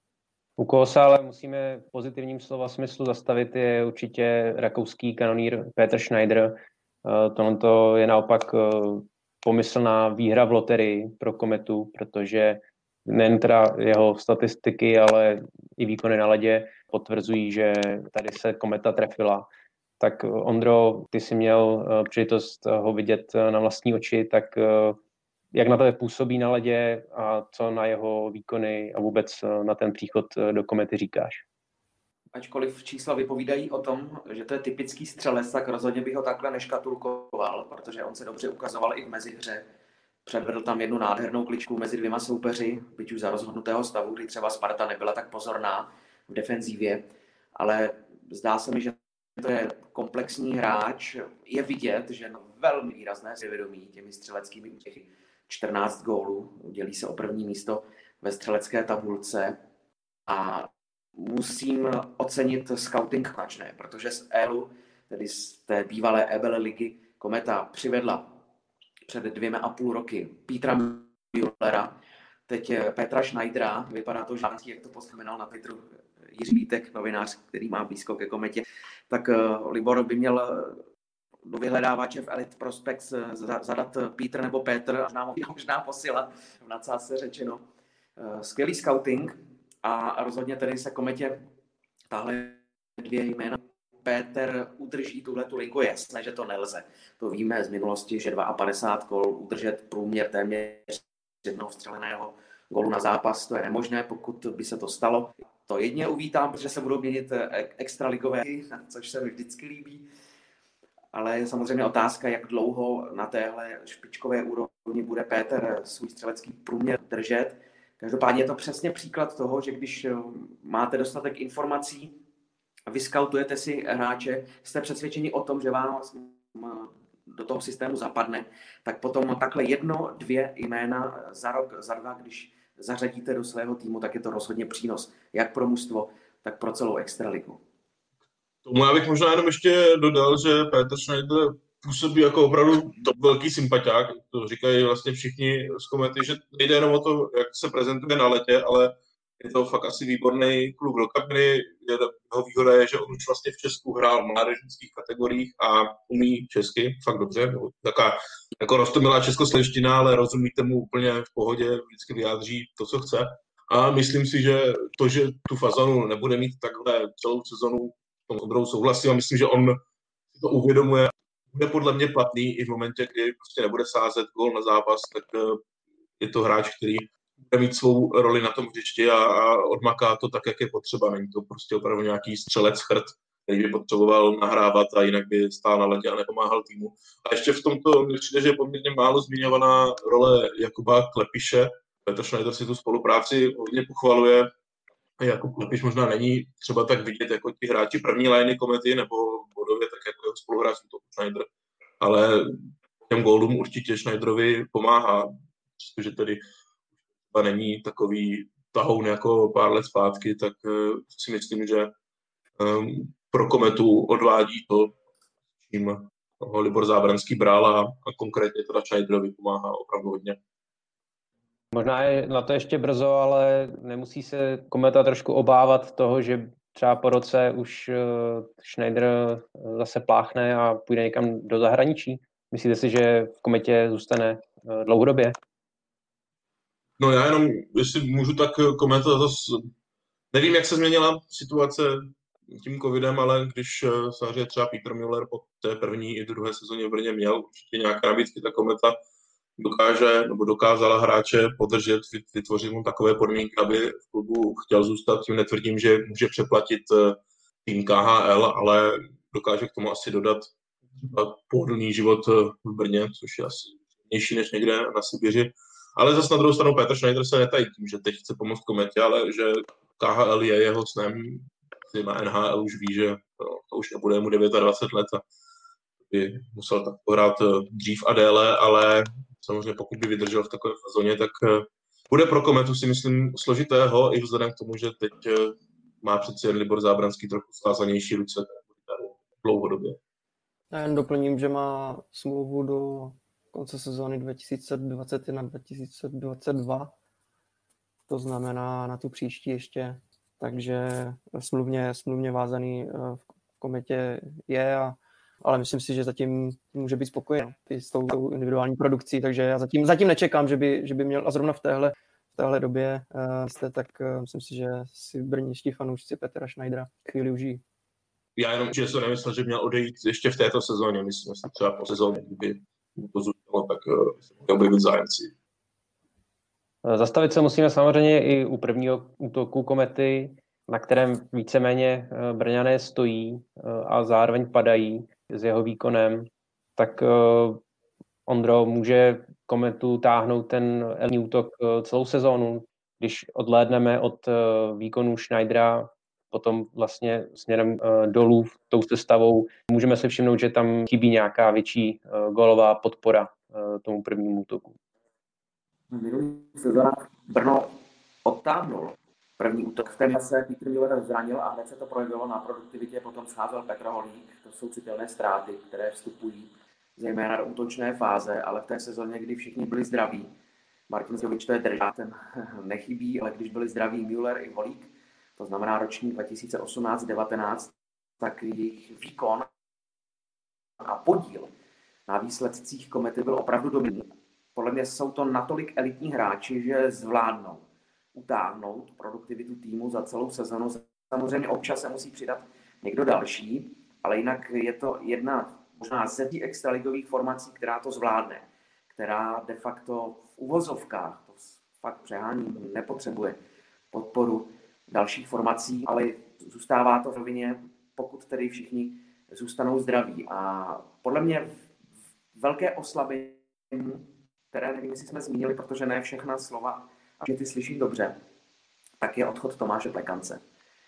U koho se ale musíme v pozitivním slova smyslu zastavit, je určitě rakouský kanonýr Petr Schneider. Tohle je naopak pomyslná výhra v loterii pro Kometu, protože nejen teda jeho statistiky, ale i výkony na ledě potvrzují, že tady se Kometa trefila. Tak Ondro, ty jsi měl příležitost ho vidět na vlastní oči, tak jak na to působí na ledě a co na jeho výkony a vůbec na ten příchod do Komety říkáš? Ačkoliv čísla vypovídají o tom, že to je typický střelec, tak rozhodně bych ho takhle neškatulkoval, protože on se dobře ukazoval i v mezihře. Předvedl tam 1 nádhernou kličku mezi 2 soupeři, byť už za rozhodnutého stavu, kdy třeba Sparta nebyla tak pozorná v defenzívě, ale zdá se mi, že to je komplexní hráč. Je vidět, že velmi výrazné svědomí těmi střeleckými útěchy. 14 gólů, dělí se o první místo ve střelecké tabulce a musím ocenit scouting značné, protože z ELu, tedy z té bývalé EBL ligy, Kometa přivedla před 2,5 roky Petra Müllera, teď Petra Schneidera, vypadá to žádný, jak to poznamenal na Twitteru Jiří Vítek, novinář, který má blízko ke Kometě, tak Libor by měl do vyhledávače v Elite Prospects zadat Petr nebo Petr, možná posila, v nadsázce řečeno. Skvělý scouting a rozhodně tedy se Kometě tahle 2 jména Péter udrží tuhletu linku. Je jasné, že to nelze. To víme z minulosti, že 52 gól udržet průměr téměř jednoho vstřeleného gólu na zápas, to je nemožné, pokud by se to stalo. To jedině uvítám, protože se budou měnit extraligové, což se mi vždycky líbí. Ale je samozřejmě otázka, jak dlouho na téhle špičkové úrovni bude Péter svůj střelecký průměr držet. Každopádně je to přesně příklad toho, že když máte dostatek informací, vyskautujete si hráče, jste přesvědčeni o tom, že vám do toho systému zapadne, tak potom takhle 1, 2 jména za rok, za 2, když zařadíte do svého týmu, tak je to rozhodně přínos, jak pro mužstvo, tak pro celou extraligu. Tomu já bych možná jenom ještě dodal, že Peter Schneider působí jako opravdu velký sympatiák. To říkají vlastně všichni z Komety, že nejde jenom o to, jak se prezentuje na letě, ale je to fakt asi výborný kluk do kabiny. Jeho výhoda je, že on už vlastně v Česku hrál v mládežnických kategoriích a umí česky fakt dobře. Taká jako roztomilá českoslovenština, ale rozumíte mu úplně v pohodě, vždycky vyjádří to, co chce. A myslím si, že to, že tu Fazanu nebude mít takhle celou sezonu, s Ondrou souhlasím a myslím, že on to uvědomuje. Bude podle mě platný i v momentě, kdy prostě nebude sázet gól na zápas, tak je to hráč, který bude mít svou roli na tom hřišti a odmaká to tak, jak je potřeba. Není to prostě opravdu nějaký střelec chrt, který by potřeboval nahrávat a jinak by stál na ledě a nepomáhal týmu. A ještě v tomto mi přijde, že je poměrně málo zmiňovaná role Jakuba Klepiše. Petr Schneider si tu spolupráci hodně pochvaluje. Jakub Klepiš možná není třeba tak vidět jako ti hráči první liny Komety nebo bodově, tak jako jeho spoluhráč Schneider. Ale těm gólům určitě Schneiderovi pomáhá, protože tedy není takový tahoun jako pár let zpátky, tak si myslím, že pro Kometu odvádí to, čím ho Libor Zábranský bral a konkrétně teda Schneiderovi pomáhá opravdu hodně. Možná je na to ještě brzo, ale nemusí se Kometa trošku obávat toho, že třeba po roce už Schneider zase pláchne a půjde někam do zahraničí? Myslíte si, že v Kometě zůstane dlouhodobě? No já jenom, jestli můžu tak komentovat, nevím, jak se změnila situace tím covidem, ale když samozřejmě třeba Peter Müller po té první i druhé sezóně v Brně měl určitě nějaké nabídky, ta Kometa dokáže nebo dokázala hráče podržet, vytvořit mu takové podmínky, aby v klubu chtěl zůstat. Tím netvrdím, že může přeplatit tým KHL, ale dokáže k tomu asi dodat pohodlný život v Brně, což je asi nižší než někde na Sibiři. Ale zase na druhou stranu Petr Schneider se netají tím, že teď chce pomoct Kometě, ale že KHL je jeho snem. Na NHL už ví, že to už nebude mu 29 let a by musel tak pohrát dřív a déle, ale samozřejmě pokud by vydržel v takové sezóně, tak bude pro Kometu si myslím složitého i vzhledem k tomu, že teď má přeci jen Libor Zábranský trochu svázanější ruce dlouhodobě. Já jen doplním, že má smlouvu do konce sezóny 2021-2022, to znamená na tu příští ještě, takže smluvně vázaný v Kometě je, ale myslím si, že zatím může být spokojen i s tou individuální produkcí, takže já zatím nečekám, že by měl, a zrovna v téhle době tak myslím si, že si brněnští fanoušci Petra Schneidera chvíli užijí. Já jenom, že jsem nemyslel, že měl odejít ještě v této sezóně, myslím si třeba po sezóně, kdyby to zůstalo, tak měl by být zájemci. Zastavit se musíme samozřejmě i u prvního útoku Komety, na kterém víceméně Brňané stojí a zároveň padají s jeho výkonem. Tak Ondro, může Kometu táhnout ten elitní útok celou sezónu, když odhlédneme od výkonu Schneidera, potom vlastně směrem dolů tou sestavou. Můžeme se všimnout, že tam chybí nějaká větší gólová podpora tomu prvnímu útoku. Minulý sezóna Brno odtáhnul první útok. V té se Peter Müller zranil a hned se to projevilo na produktivitě, potom scházel Petr Holík. To jsou citelné ztráty, které vstupují zejména do útočné fáze, ale v té sezóně, kdy všichni byli zdraví, Martin Zovič to je držá, ten nechybí, ale když byli zdraví Müller i Holík, to znamená ročník 2018-19, tak jejich výkon a podíl na výsledcích Komety byl opravdu dobrý. Podle mě jsou to natolik elitní hráči, že zvládnou utáhnout produktivitu týmu za celou sezonu. Samozřejmě občas se musí přidat někdo další, ale jinak je to jedna možná ze tří extraligových formací, která to zvládne, která de facto v uvozovkách, to fakt přehání, nepotřebuje podporu dalších formací, ale zůstává to v rovině, pokud tedy všichni zůstanou zdraví. A podle mě velké oslabení, které nevím, jestli jsme zmínili, protože ne všechna slova, a že ty slyším dobře, tak je odchod Tomáše Plekance.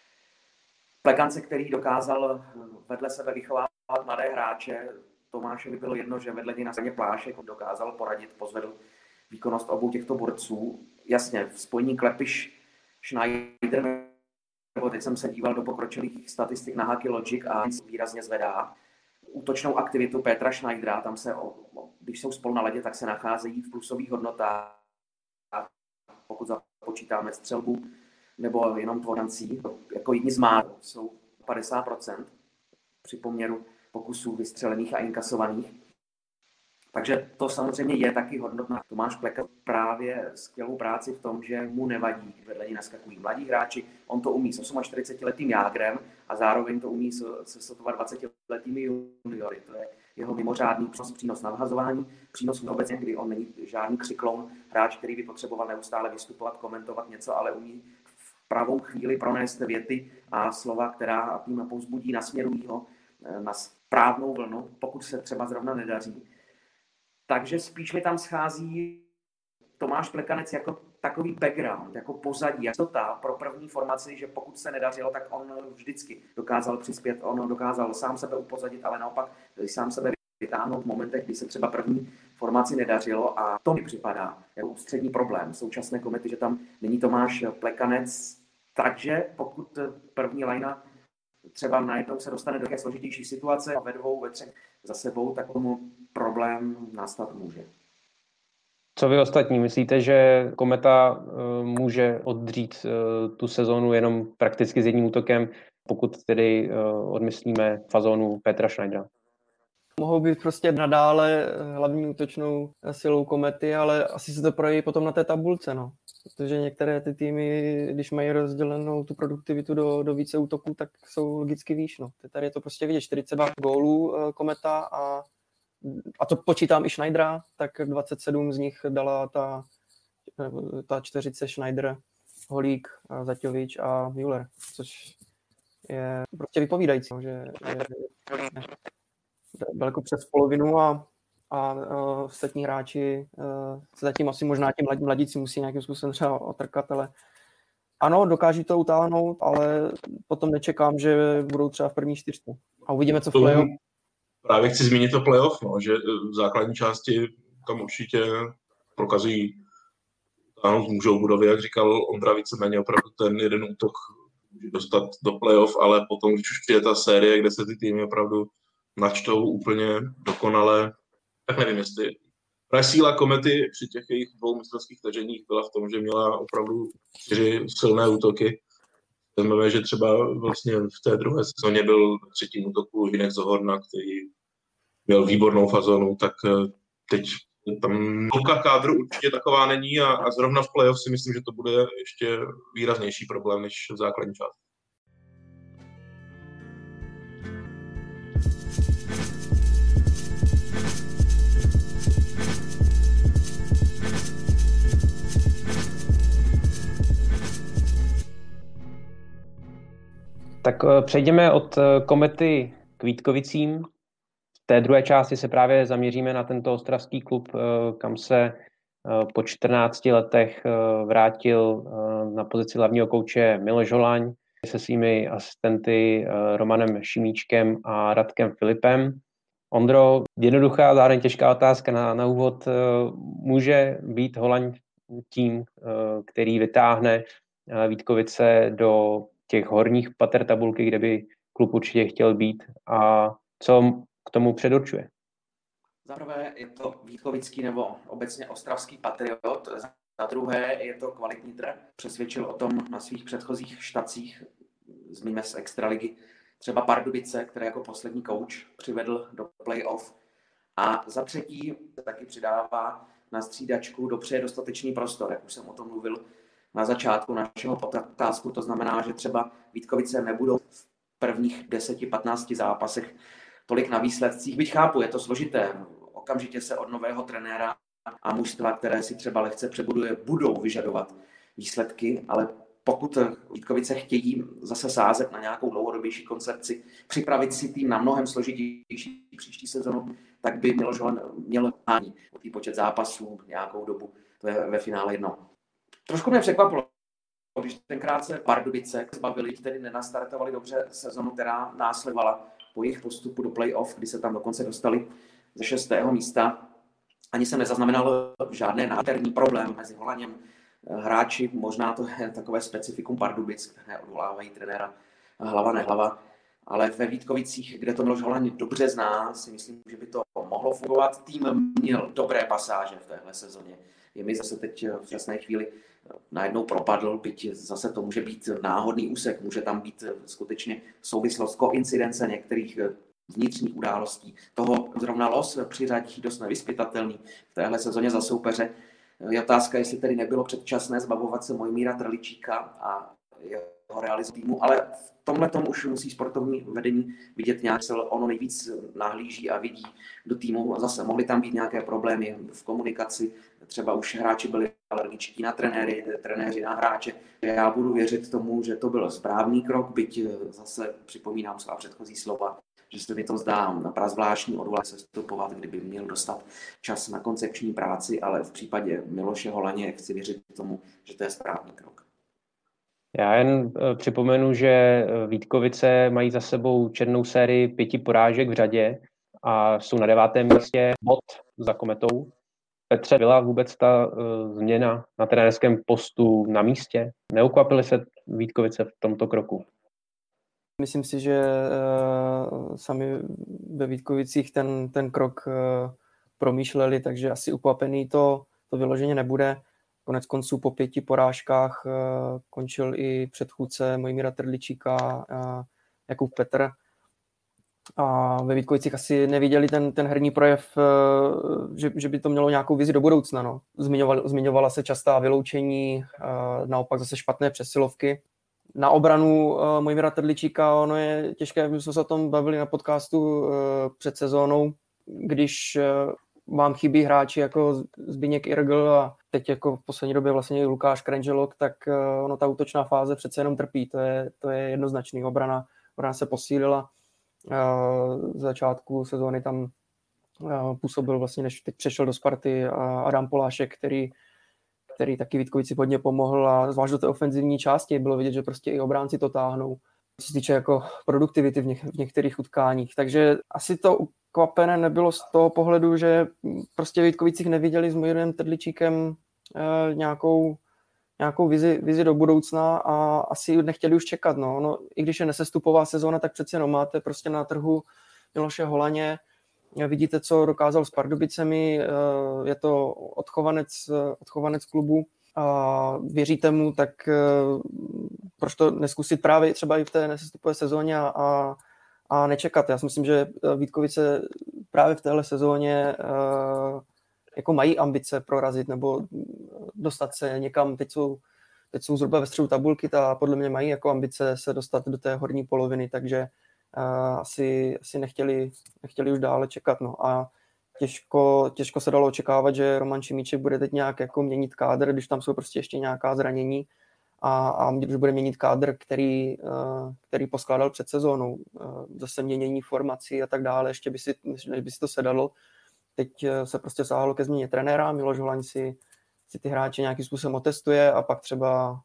Plekance, který dokázal vedle sebe vychovávat mladé hráče. Tomášovi bylo jedno, že vedle něj na straně Plášek dokázal poradit, pozvedl výkonnost obou těchto borců. Jasně, v spojení Klepiš-Schneider, nebo teď jsem se díval do pokročilých statistik na Hockey Logic a výrazně zvedá útočnou aktivitu Petra Schneidera. Tam se, když jsou spolu na ledě, tak se nacházejí v plusových hodnotách, pokud započítáme střelbu nebo jenom tvorancí. Jako jedni z mála jsou 50% při poměru pokusů vystřelených a inkasovaných. Takže to samozřejmě je taky hodnotná. Tomáš Pleka právě skvělou práci v tom, že mu nevadí, vedle ní naskakují mladí hráči. On to umí s 48letým Jágrem a zároveň to umí se sotva 20letými juniory. To je jeho mimořádný přínos na vhazování, přínos obecně, kdy on není žádný křikloun, hráč, který by potřeboval neustále vystupovat, komentovat něco, ale umí v pravou chvíli pronést věty a slova, která tým povzbudí, nasměrují ho na správnou vlnu, pokud se třeba zrovna nedaří. Takže spíš mi tam schází Tomáš Plekanec jako takový background, jako pozadí, jistota pro první formaci, že pokud se nedařilo, tak on vždycky dokázal přispět, on dokázal sám sebe upozadit, ale naopak sám sebe vytáhnout v momentech, kdy se třeba první formaci nedařilo, a to mi připadá jako ústřední problém současné komety, že tam není Tomáš Plekanec, takže pokud první lajna třeba najednou se dostane do té složitější situace a ve dvou, ve třech za sebou, tak tomu problém nastat může. Co vy ostatní? Myslíte, že Kometa může oddřít tu sezónu jenom prakticky s jedním útokem, pokud tedy odmyslíme fazónu Petra Schneidera? Mohou být prostě nadále hlavní útočnou silou Komety, ale asi se to projeví potom na té tabulce, no. Protože některé ty týmy, když mají rozdělenou tu produktivitu do více útoků, tak jsou logicky výš, no. Tady je to prostě vidět, 42 gólů Kometa a to počítám i Schneidera, tak 27 z nich dala ta čtveřice Schneider, Holík, Zaťovič a Müller, což je prostě vypovídající, že je daleko přes polovinu a ostatní hráči se zatím asi možná ti mladíci musí nějakým způsobem třeba otrkat, ale ano, dokáží to utáhnout, ale potom nečekám, že budou třeba v první čtyřce. A uvidíme, co v playoff. Právě chci zmínit to playoff, no, že v základní části tam určitě prokazují táhnout můžou budovy, jak říkal Ondra, víceméně opravdu ten jeden útok může dostat do playoff, ale potom, když už přijde ta série, kde se ty týmy opravdu načtou úplně dokonale, tak nevím, jestli síla Komety při těch jejich dvou mistrovských taženích byla v tom, že měla opravdu 4 silné útoky. Vezmeme, že třeba vlastně v té druhé sezóně byl v třetím útoku Hinek Zohorna, který měl výbornou fazonu, tak teď tam hloubka kádru určitě taková není a zrovna v playoff si myslím, že to bude ještě výraznější problém než v základní části. Tak přejdeme od Komety k Vítkovicím. V té druhé části se právě zaměříme na tento ostravský klub, kam se po 14 letech vrátil na pozici hlavního kouče Miloš Holaň se svými asistenty Romanem Šimíčkem a Radkem Filipem. Ondro, jednoduchá, zároveň těžká otázka na úvod. Může být Holaň tím, který vytáhne Vítkovice do těch horních pater tabulky, kde by klub určitě chtěl být, a co k tomu předurčuje? Za prvé je to vítkovický nebo obecně ostravský patriot, za druhé je to kvalitní trenér. Přesvědčil o tom na svých předchozích štacích, zmíníme z extraligy, třeba Pardubice, které jako poslední kouč přivedl do playoff. A za třetí taky přidává na střídačku, dopřeje dostatečný prostor, jak už jsem o tom mluvil na začátku našeho podcastu. To znamená, že třeba Vítkovice nebudou v prvních 10-15 zápasech tolik na výsledcích. Byť chápu, je to složité. Okamžitě se od nového trenéra a mužstva, které si třeba lehce přebuduje, budou vyžadovat výsledky, ale pokud Vítkovice chtějí zase sázet na nějakou dlouhodobější koncepci, připravit si tým na mnohem složitější příští sezonu, tak by měl ani tý počet zápasů nějakou dobu. To je ve finále jedno. Trošku mě překvapilo, když tenkrát se Pardubice zbavili, tedy nenastartovali dobře sezonu, která následovala po jejich postupu do play-off, kdy se tam dokonce dostali ze 6. místa. Ani jsem nezaznamenal žádné náterní problém mezi Holaněm. Hráči, možná to je takové specifikum Pardubic, které odvolávají trenéra hlava nehlava, ale ve Vítkovicích, kde to Miloš Holaň dobře zná, si myslím, že by to mohlo fungovat. Tým měl dobré pasáže v téhle sezóně. Je mi zase teď v časné chvíli najednou propadl, byť zase to může být náhodný úsek, může tam být skutečně souvislost, koincidence některých vnitřních událostí. Toho zrovna los přiřadí dost nevyzpytatelný v téhle sezóně za soupeře. Je otázka, jestli tedy nebylo předčasné zbavovat se Mojmíra Trličíka a jeho realizace týmu, ale v tomhletom už musí sportovní vedení vidět nějak, ono nejvíc nahlíží a vidí do týmu. Zase mohly tam být nějaké problémy v komunikaci, třeba už hráči byli alergičtí na trenéři na hráče. Já budu věřit tomu, že to byl správný krok, byť zase připomínám svá předchozí slova, že se mi to zdá na prazvláštní odvolat se vstupovat, kdyby měl dostat čas na koncepční práci, ale v případě Miloše Holaně chci věřit tomu, že to je správný krok. Já jen připomenu, že Vítkovice mají za sebou černou sérii 5 porážek v řadě a jsou na 9. místě, bod za Kometou. Petře, byla vůbec ta změna na trenérském postu na místě? Neukvapily se Vítkovice v tomto kroku? Myslím si, že sami ve Vítkovicích ten krok promýšleli, takže asi ukvapený to vyloženě nebude. Konec konců po 5 porážkách končil i předchůdce Mojmíra Trličíka Jakub Petr. A ve Vítkovicích asi neviděli ten herní projev, že by to mělo nějakou vizi do budoucna. No. Zmiňovala se častá vyloučení, naopak zase špatné přesilovky. Na obranu Mojmíra Trličíka, ono je těžké, my jsme se o tom bavili na podcastu před sezónou, když vám chybí hráči jako Zbyněk Irgl a teď jako v poslední době vlastně Lukáš Krenželok, tak ono ta útočná fáze přece jenom trpí, to je jednoznačný. Obrana se posílila. Z začátku sezóny tam působil vlastně, než teď přešel do Sparty Adam Polášek, který taky Vítkovici hodně pomohl a zvlášť do té ofenzivní části bylo vidět, že prostě i obránci to táhnou, co se týče jako produktivity v některých utkáních. Takže asi to ukvapené nebylo z toho pohledu, že prostě Vítkovicích neviděli s Mojmírem Trličíkem nějakou vizi do budoucna a asi nechtěli už čekat. No, i když je nesestupová sezóna, tak přece jenom máte prostě na trhu Miloše Holaně. Vidíte, co dokázal s Pardubicemi, je to odchovanec klubu a věříte mu, tak proč to neskusit právě třeba i v té nesestupové sezóně a nečekat. Já si myslím, že Vítkovice právě v téhle sezóně jako mají ambice prorazit nebo dostat se někam, teď jsou zhruba ve středu tabulky a podle mě mají jako ambice se dostat do té horní poloviny, takže asi nechtěli už dále čekat. No. A těžko se dalo očekávat, že Roman Šimíček bude teď nějak jako měnit kádr, když tam jsou prostě ještě nějaká zranění a když bude měnit kádr, který poskládal před sezónou, zase měnění formací a tak dále, ještě by si to sedalo. Teď se prostě sáhlo ke změně trenéra, Miloš Holaň si ty hráče nějakým způsobem otestuje a pak třeba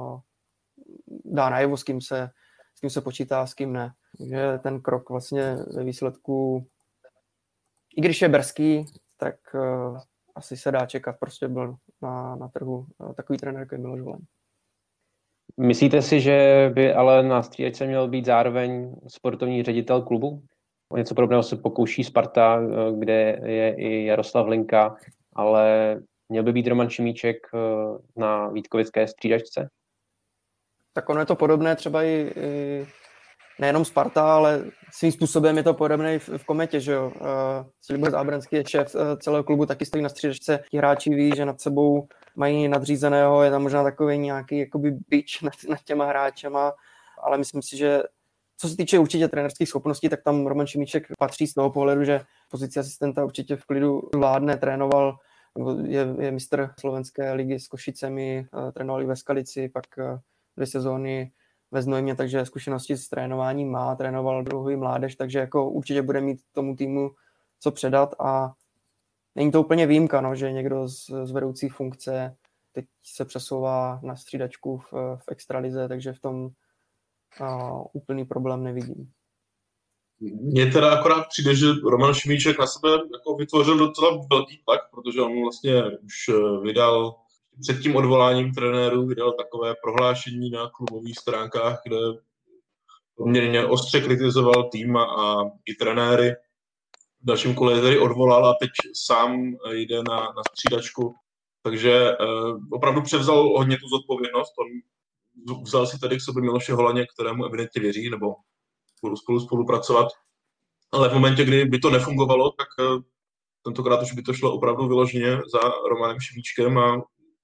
dá najevo, s kým se počítá, s kým ne. Takže ten krok vlastně ve výsledku, i když je brzký, tak asi se dá čekat, prostě byl na trhu takový trenér, jako je Miloš Holaň. Myslíte si, že by ale na střídačce měl být zároveň sportovní ředitel klubu? O něco podobného se pokouší Sparta, kde je i Jaroslav Hlinka, ale měl by být Roman Šimíček na vítkovické střídačce? Tak ono je to podobné třeba i nejenom Sparta, ale svým způsobem je to podobné i v Kometě, že jo. Libor Zábranský je šéf celého klubu, taky stojí na střídačce. Ti hráči ví, že nad sebou mají nadřízeného, je tam možná takový nějaký jakoby bič nad těma hráčema, ale myslím si, že Co se týče určitě trenérských schopností, tak tam Roman Šimíček patří z toho pohledu, že pozici asistenta určitě v klidu vládne, trénoval, je mistr slovenské ligy s Košicemi, trénoval i ve Skalici, pak 2 sezóny ve Znojmě, takže zkušenosti s trénováním má, trénoval druhý mládež, takže jako určitě bude mít tomu týmu co předat a není to úplně výjimka, no, že někdo z vedoucí funkce teď se přesouvá na střídačku v extralize, takže v tom úplný problém nevidím. Mně teda akorát přijde, že Roman Šimíček na sebe jako vytvořil docela velký tlak, protože on vlastně už vydal před tím odvoláním trenérů vydal takové prohlášení na klubových stránkách, kde poměrně ostře kritizoval tým a i trenéry. V dalším kole je tedy odvolal a teď sám jde na střídačku. Takže opravdu převzal hodně tu zodpovědnost. On vzal si tady k sobě Miloše Holaně, kterému evidentně věří, nebo budou spolupracovat. Ale v momentě, kdy by to nefungovalo, tak tentokrát už by to šlo opravdu vyloženě za Romanem Šimíčkem a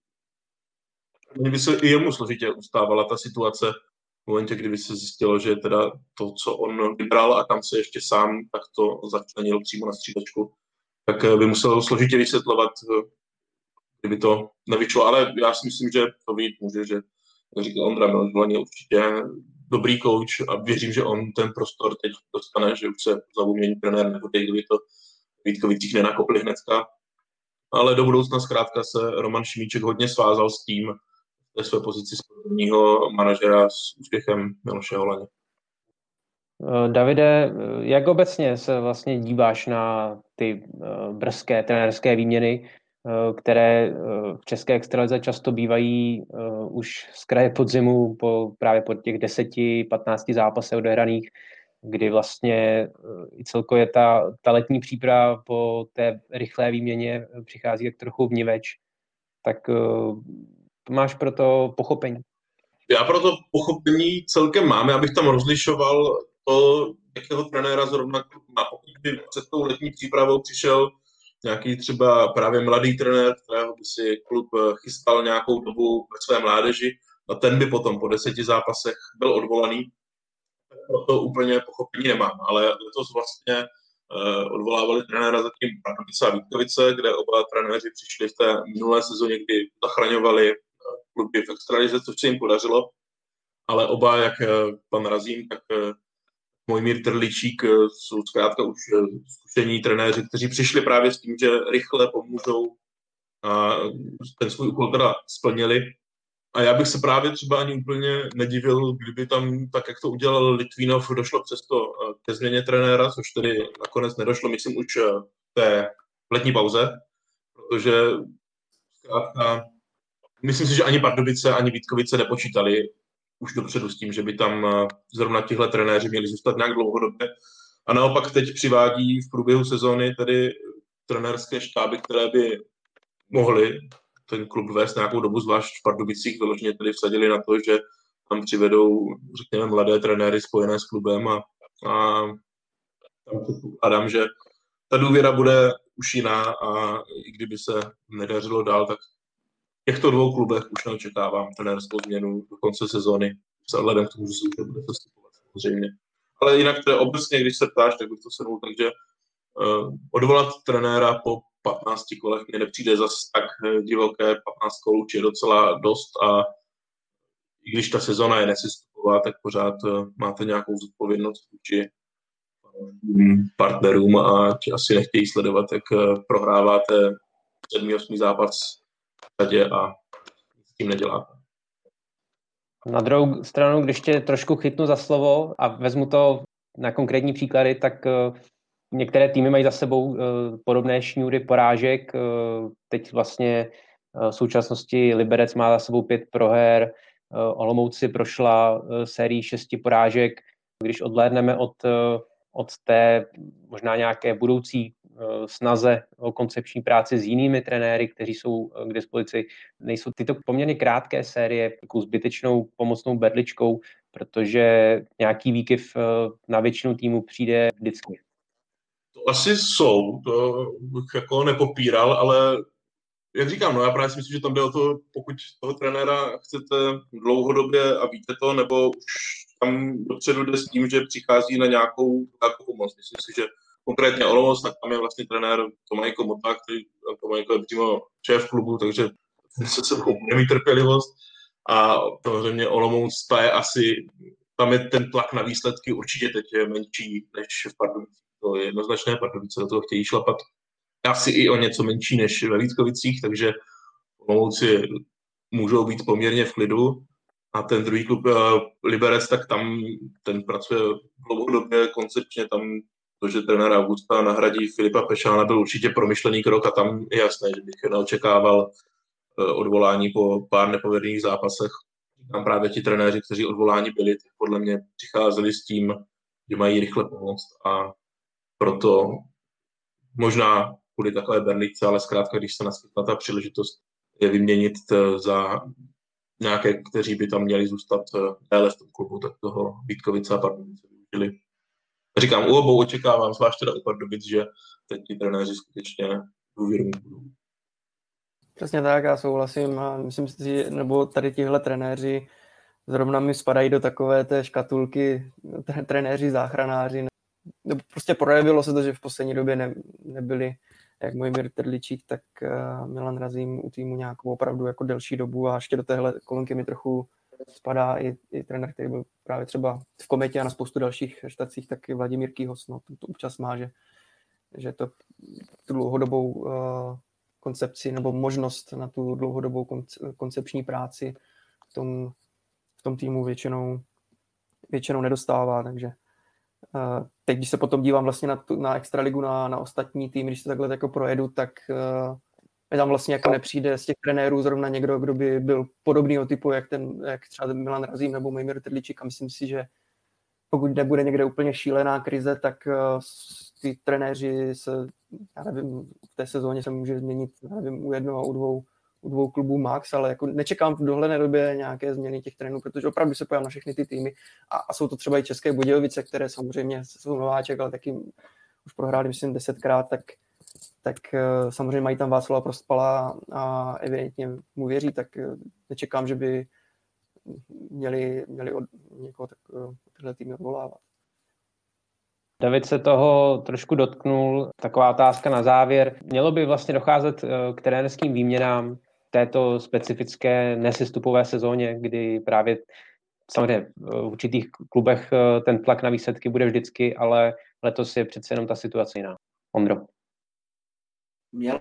by se i jemu složitě ustávala ta situace v momentě, kdy by se zjistilo, že teda to, co on vybral a tam se ještě sám takto začlenil přímo na střídačku, tak by musel složitě vysvětlovat, kdyby to nevyšlo. Ale já si myslím, že to vyjít může, že jak říkal Ondra Miloš je určitě dobrý kouč a věřím, že on ten prostor teď dostane, že už se znovu mění trenér nehodí, kdyby to Vítkovicích nenakopli hnedka. Ale do budoucna zkrátka se Roman Šimíček hodně svázal s tím, ve své pozici sportovního manažera s úspěchem Miloše Holaně. Davide, jak obecně se vlastně díváš na ty brzké trenérské výměny, které v české extralize často bývají už z kraje podzimu právě po těch 10-15 zápasech odehraných, kdy vlastně i celkově ta letní příprava po té rychlé výměně přichází tak trochu vniveč. Tak máš pro to pochopení? Já pro to pochopení celkem mám, abych tam rozlišoval to, jakého trenéra zrovna má. Pokud by před tou letní přípravou přišel nějaký třeba právě mladý trenér, kterého by si klub chystal nějakou dobu ve své mládeži a ten by potom po 10 zápasech byl odvolaný, proto úplně pochopení nemám. Ale letos vlastně odvolávali trenéra zatím Pardubice a Vítkovice, kde oba trenéři přišli v té minulé sezóně, kdy zachraňovali kluby v extralize, což se jim podařilo. Ale oba, jak pan Razím, tak Mojmír Trličík, jsou zkrátka už zkušení trenéři, kteří přišli právě s tím, že rychle pomůžou a ten svůj úkol teda splnili. A já bych se právě třeba ani úplně nedivil, kdyby tam, tak jak to udělal Litvínov, došlo přesto ke změně trenéra, což tedy nakonec nedošlo, myslím, už v té letní pauze, protože zkrátka, myslím si, že ani Pardubice, ani Vítkovice nepočítali už dopředu s tím, že by tam zrovna tihle trenéři měli zůstat nějak dlouhodobě. A naopak teď přivádí v průběhu sezóny tedy trenérské štáby, které by mohly ten klub vést nějakou dobu, zvlášť v Pardubicích vyloženě tedy vsadili na to, že tam přivedou, řekněme, mladé trenéry spojené s klubem a tam předpokládám, že ta důvěra bude už jiná a i kdyby se nedařilo dál, tak v těchto dvou klubech už neočekávám trenérskou změnu do konce sezóny, vzhledem k tomu, že se už nebude sestupovat samozřejmě. Ale jinak to je obecně, když se ptáš, tak bych to shrnul, takže odvolat trenéra po 15 kolech mě nepřijde zas tak divoké, 15 kol už je docela dost a i když ta sezona je nesestupová, tak pořád máte nějakou zodpovědnost vůči partnerům a ti asi nechtějí sledovat, jak prohráváte 7-8 zápas v řadě a s tím neděláte. Na druhou stranu, když tě trošku chytnu za slovo a vezmu to na konkrétní příklady, tak některé týmy mají za sebou podobné šňůry porážek. Teď vlastně v současnosti Liberec má za sebou 5 proher, Olomouc si prošla sérii 6 porážek. Když odhlédneme od té možná nějaké budoucí snaze o koncepční práci s jinými trenéry, kteří jsou k dispozici, nejsou tyto poměrně krátké série takovou zbytečnou pomocnou berličkou, protože nějaký výkyv na většinu týmu přijde vždycky. To asi jsou, to bych jako nepopíral, ale jak říkám, já právě si myslím, že tam jde o to, pokud toho trenéra chcete dlouhodobě a víte to, nebo už tam dopředu jde s tím, že přichází na nějakou pomoc. Myslím si, že konkrétně Olomouc, tak tam je vlastně trenér Tomaj Komota, který Tomaj je přímo šéf klubu, takže se sebou bude mít trpělivost. A samozřejmě Olomouc, ta je asi, tam je ten tlak na výsledky určitě teď je menší než v Pardubicích. To je jednoznačné, Pardubice do toho chtějí šlapat asi i o něco menší než ve Vítkovicích, takže Olomouci můžou být poměrně v klidu. A ten druhý klub Liberec, tak tam ten pracuje dlouhodobě, koncepčně tam to, že trenér Augusta nahradí Filipa Pešána, byl určitě promyšlený krok a tam je jasné, že bych neočekával odvolání po pár nepovedených zápasech. Tam právě ti trenéři, kteří odvoláni byli, podle mě přicházeli s tím, že mají rychle pomoct a proto možná kvůli takové berlice, ale zkrátka, když se naskytla ta příležitost je vyměnit za nějaké, kteří by tam měli zůstat déle v tom klubu, tak toho Vítkovice a Pardubice využili. Říkám, u obou očekávám, zvlášť teda u Pardubic, že teď ti trenéři skutečně důvěru budou. Přesně tak, já souhlasím a myslím si, nebo tady tihle trenéři zrovna mi spadají do takové té škatulky trenéři, záchranáři. Prostě projevilo se to, že v poslední době nebyli jak Mojmír Trličík, tak Milan Razím u týmu nějakou opravdu jako delší dobu a ještě do téhle kolonky mi trochu spadá i trenér, který byl právě třeba v Kometě a na spoustu dalších štacích, tak i Vladimír Kýhos, no, to občas má, že to tu dlouhodobou koncepci nebo možnost na tu dlouhodobou koncepční práci v tom týmu většinou nedostává, takže teď, když se potom dívám vlastně na extraligu, na ostatní týmy, když se takhle jako projedu, tak mi tam vlastně jako nepřijde z těch trenérů zrovna někdo, kdo by byl podobného typu, jak třeba Milan Razím nebo Mojmír Trličík, a myslím si, že pokud nebude někde úplně šílená krize, tak ty trenéři se, já nevím, v té sezóně se může změnit, já nevím, u jednoho, u dvou klubů max, ale jako nečekám v dohledné době nějaké změny těch trenérů, protože opravdu se pojám na všechny ty týmy a jsou to třeba i České Budějovice, které samozřejmě jsou nováček, ale taky už prohráli, myslím, 10krát, tak samozřejmě mají tam Václava Prospala a evidentně mu věří, tak nečekám, že by měli od někoho tyhle týmy odvolávat. David se toho trošku dotknul. Taková otázka na závěr. Mělo by vlastně docházet k trenérským výměnám této specifické nesestupové sezóně, kdy právě samozřejmě v určitých klubech ten tlak na výsledky bude vždycky, ale letos je přece jenom ta situace jiná. Ondro. Mělo,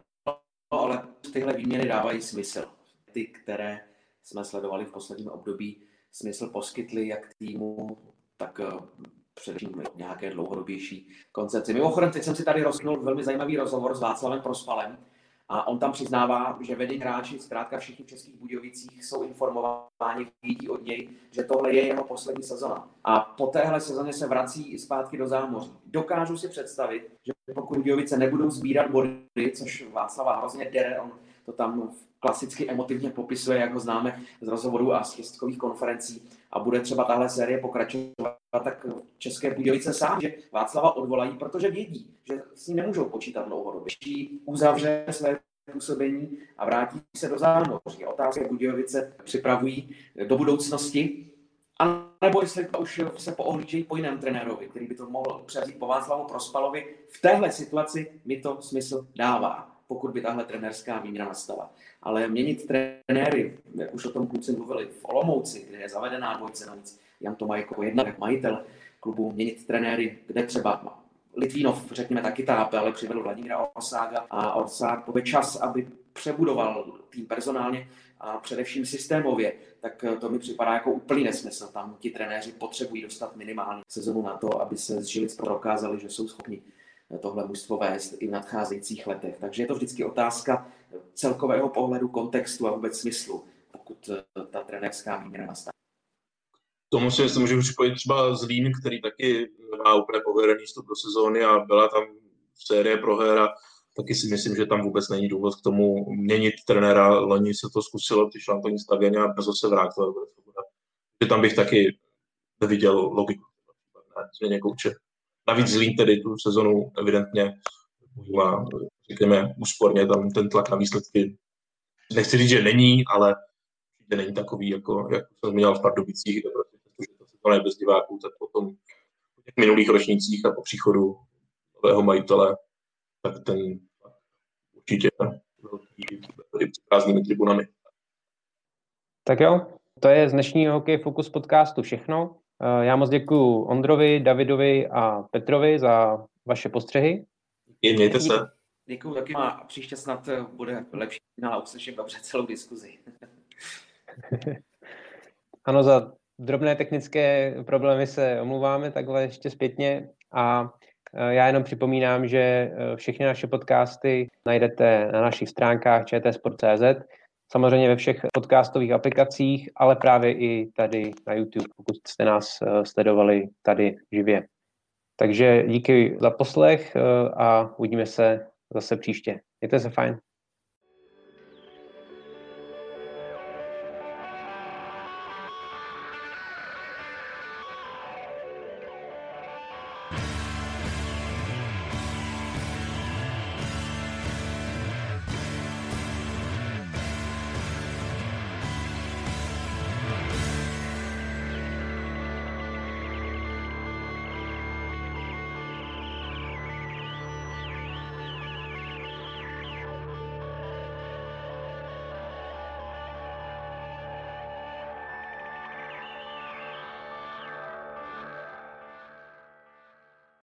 ale tyhle výměny dávají smysl. Ty, které jsme sledovali v posledním období, smysl poskytly jak týmu, tak především nějaké dlouhodobější koncepci. Mimochodem, teď jsem si tady rozknul velmi zajímavý rozhovor s Václavem Prospalem a on tam přiznává, že vedení hráči, zkrátka všichni v Českých Budějovicích jsou informováni, vidí od něj, že tohle je jeho poslední sezona. A po téhle sezóně se vrací zpátky do zámoří. Dokážu si představit, že pokud Budějovice nebudou sbírat body, což Václava hrozně dere, on to tam klasicky emotivně popisuje, jak ho známe z rozhovorů a z tiskových konferencí, a bude třeba tahle série pokračovat, tak České Budějovice sám, že Václava odvolají, protože vědí, že s ním nemůžou počítat dlouhodobě. Uzavře své působení a vrátí se do zámoří. Otázky Budějovice připravují do budoucnosti, a nebo jestli už se poohlížejí po jiném trenérovi, který by to mohl převzít po Václavu Prospalovi. V téhle situaci mi to smysl dává, pokud by tahle trenérská výměna nastala. Ale měnit trenéry, jak už o tom kluci mluvili, v Olomouci, kde je zavedená dvojce, navíc Jan Tomajko, jednak majitel klubu, měnit trenéry, kde třeba Litvínov, řekněme, taky tápe, ale přivedl Vladimíra Orsága a Orsák povede čas, aby přebudoval tým personálně a především systémově, tak to mi připadá jako úplný nesmysl. Tam ti trenéři potřebují dostat minimální sezonu na to, aby se z Žilic prokázali, že jsou schopni tohle mužstvo vést i v nadcházejících letech. Takže je to vždycky otázka celkového pohledu, kontextu a vůbec smyslu, pokud ta trenérská výměna nastane. Tomu si můžu připojit třeba Zlín, který taky má úplně povedený vstup do sezóny a byla tam série proher a taky si myslím, že tam vůbec není důvod k tomu měnit trenéra. Loni se to zkusilo, přišel Antonín Stavěň a brzo se vrátil. Že tam bych taky neviděl logiku změně kouče. Navíc Zlín tedy tu sezonu evidentně má, řekněme, úsporně tam ten tlak na výsledky. Nechci říct, že není, ale není takový, jako jak jsem měl v Pardubicích, kde prostě ta ne bez diváků, tak potom v těch minulých ročnících a po příchodu nového majitele, tak ten určitě velký s prázdnými tribunami. Tak jo, to je z dnešního Hokej Focus podcastu všechno. Já moc děkuju Ondrovi, Davidovi a Petrovi za vaše postřehy. Mějte se. Děkuju taky a příště snad bude lepší finál a uslyším dobře celou diskuzi. Ano, za drobné technické problémy se omlouváme takhle ještě zpětně a já jenom připomínám, že všechny naše podcasty najdete na našich stránkách čtsport.cz, samozřejmě ve všech podcastových aplikacích, ale právě i tady na YouTube, pokud jste nás sledovali tady živě. Takže díky za poslech a uvidíme se zase příště. Mějte se fajn.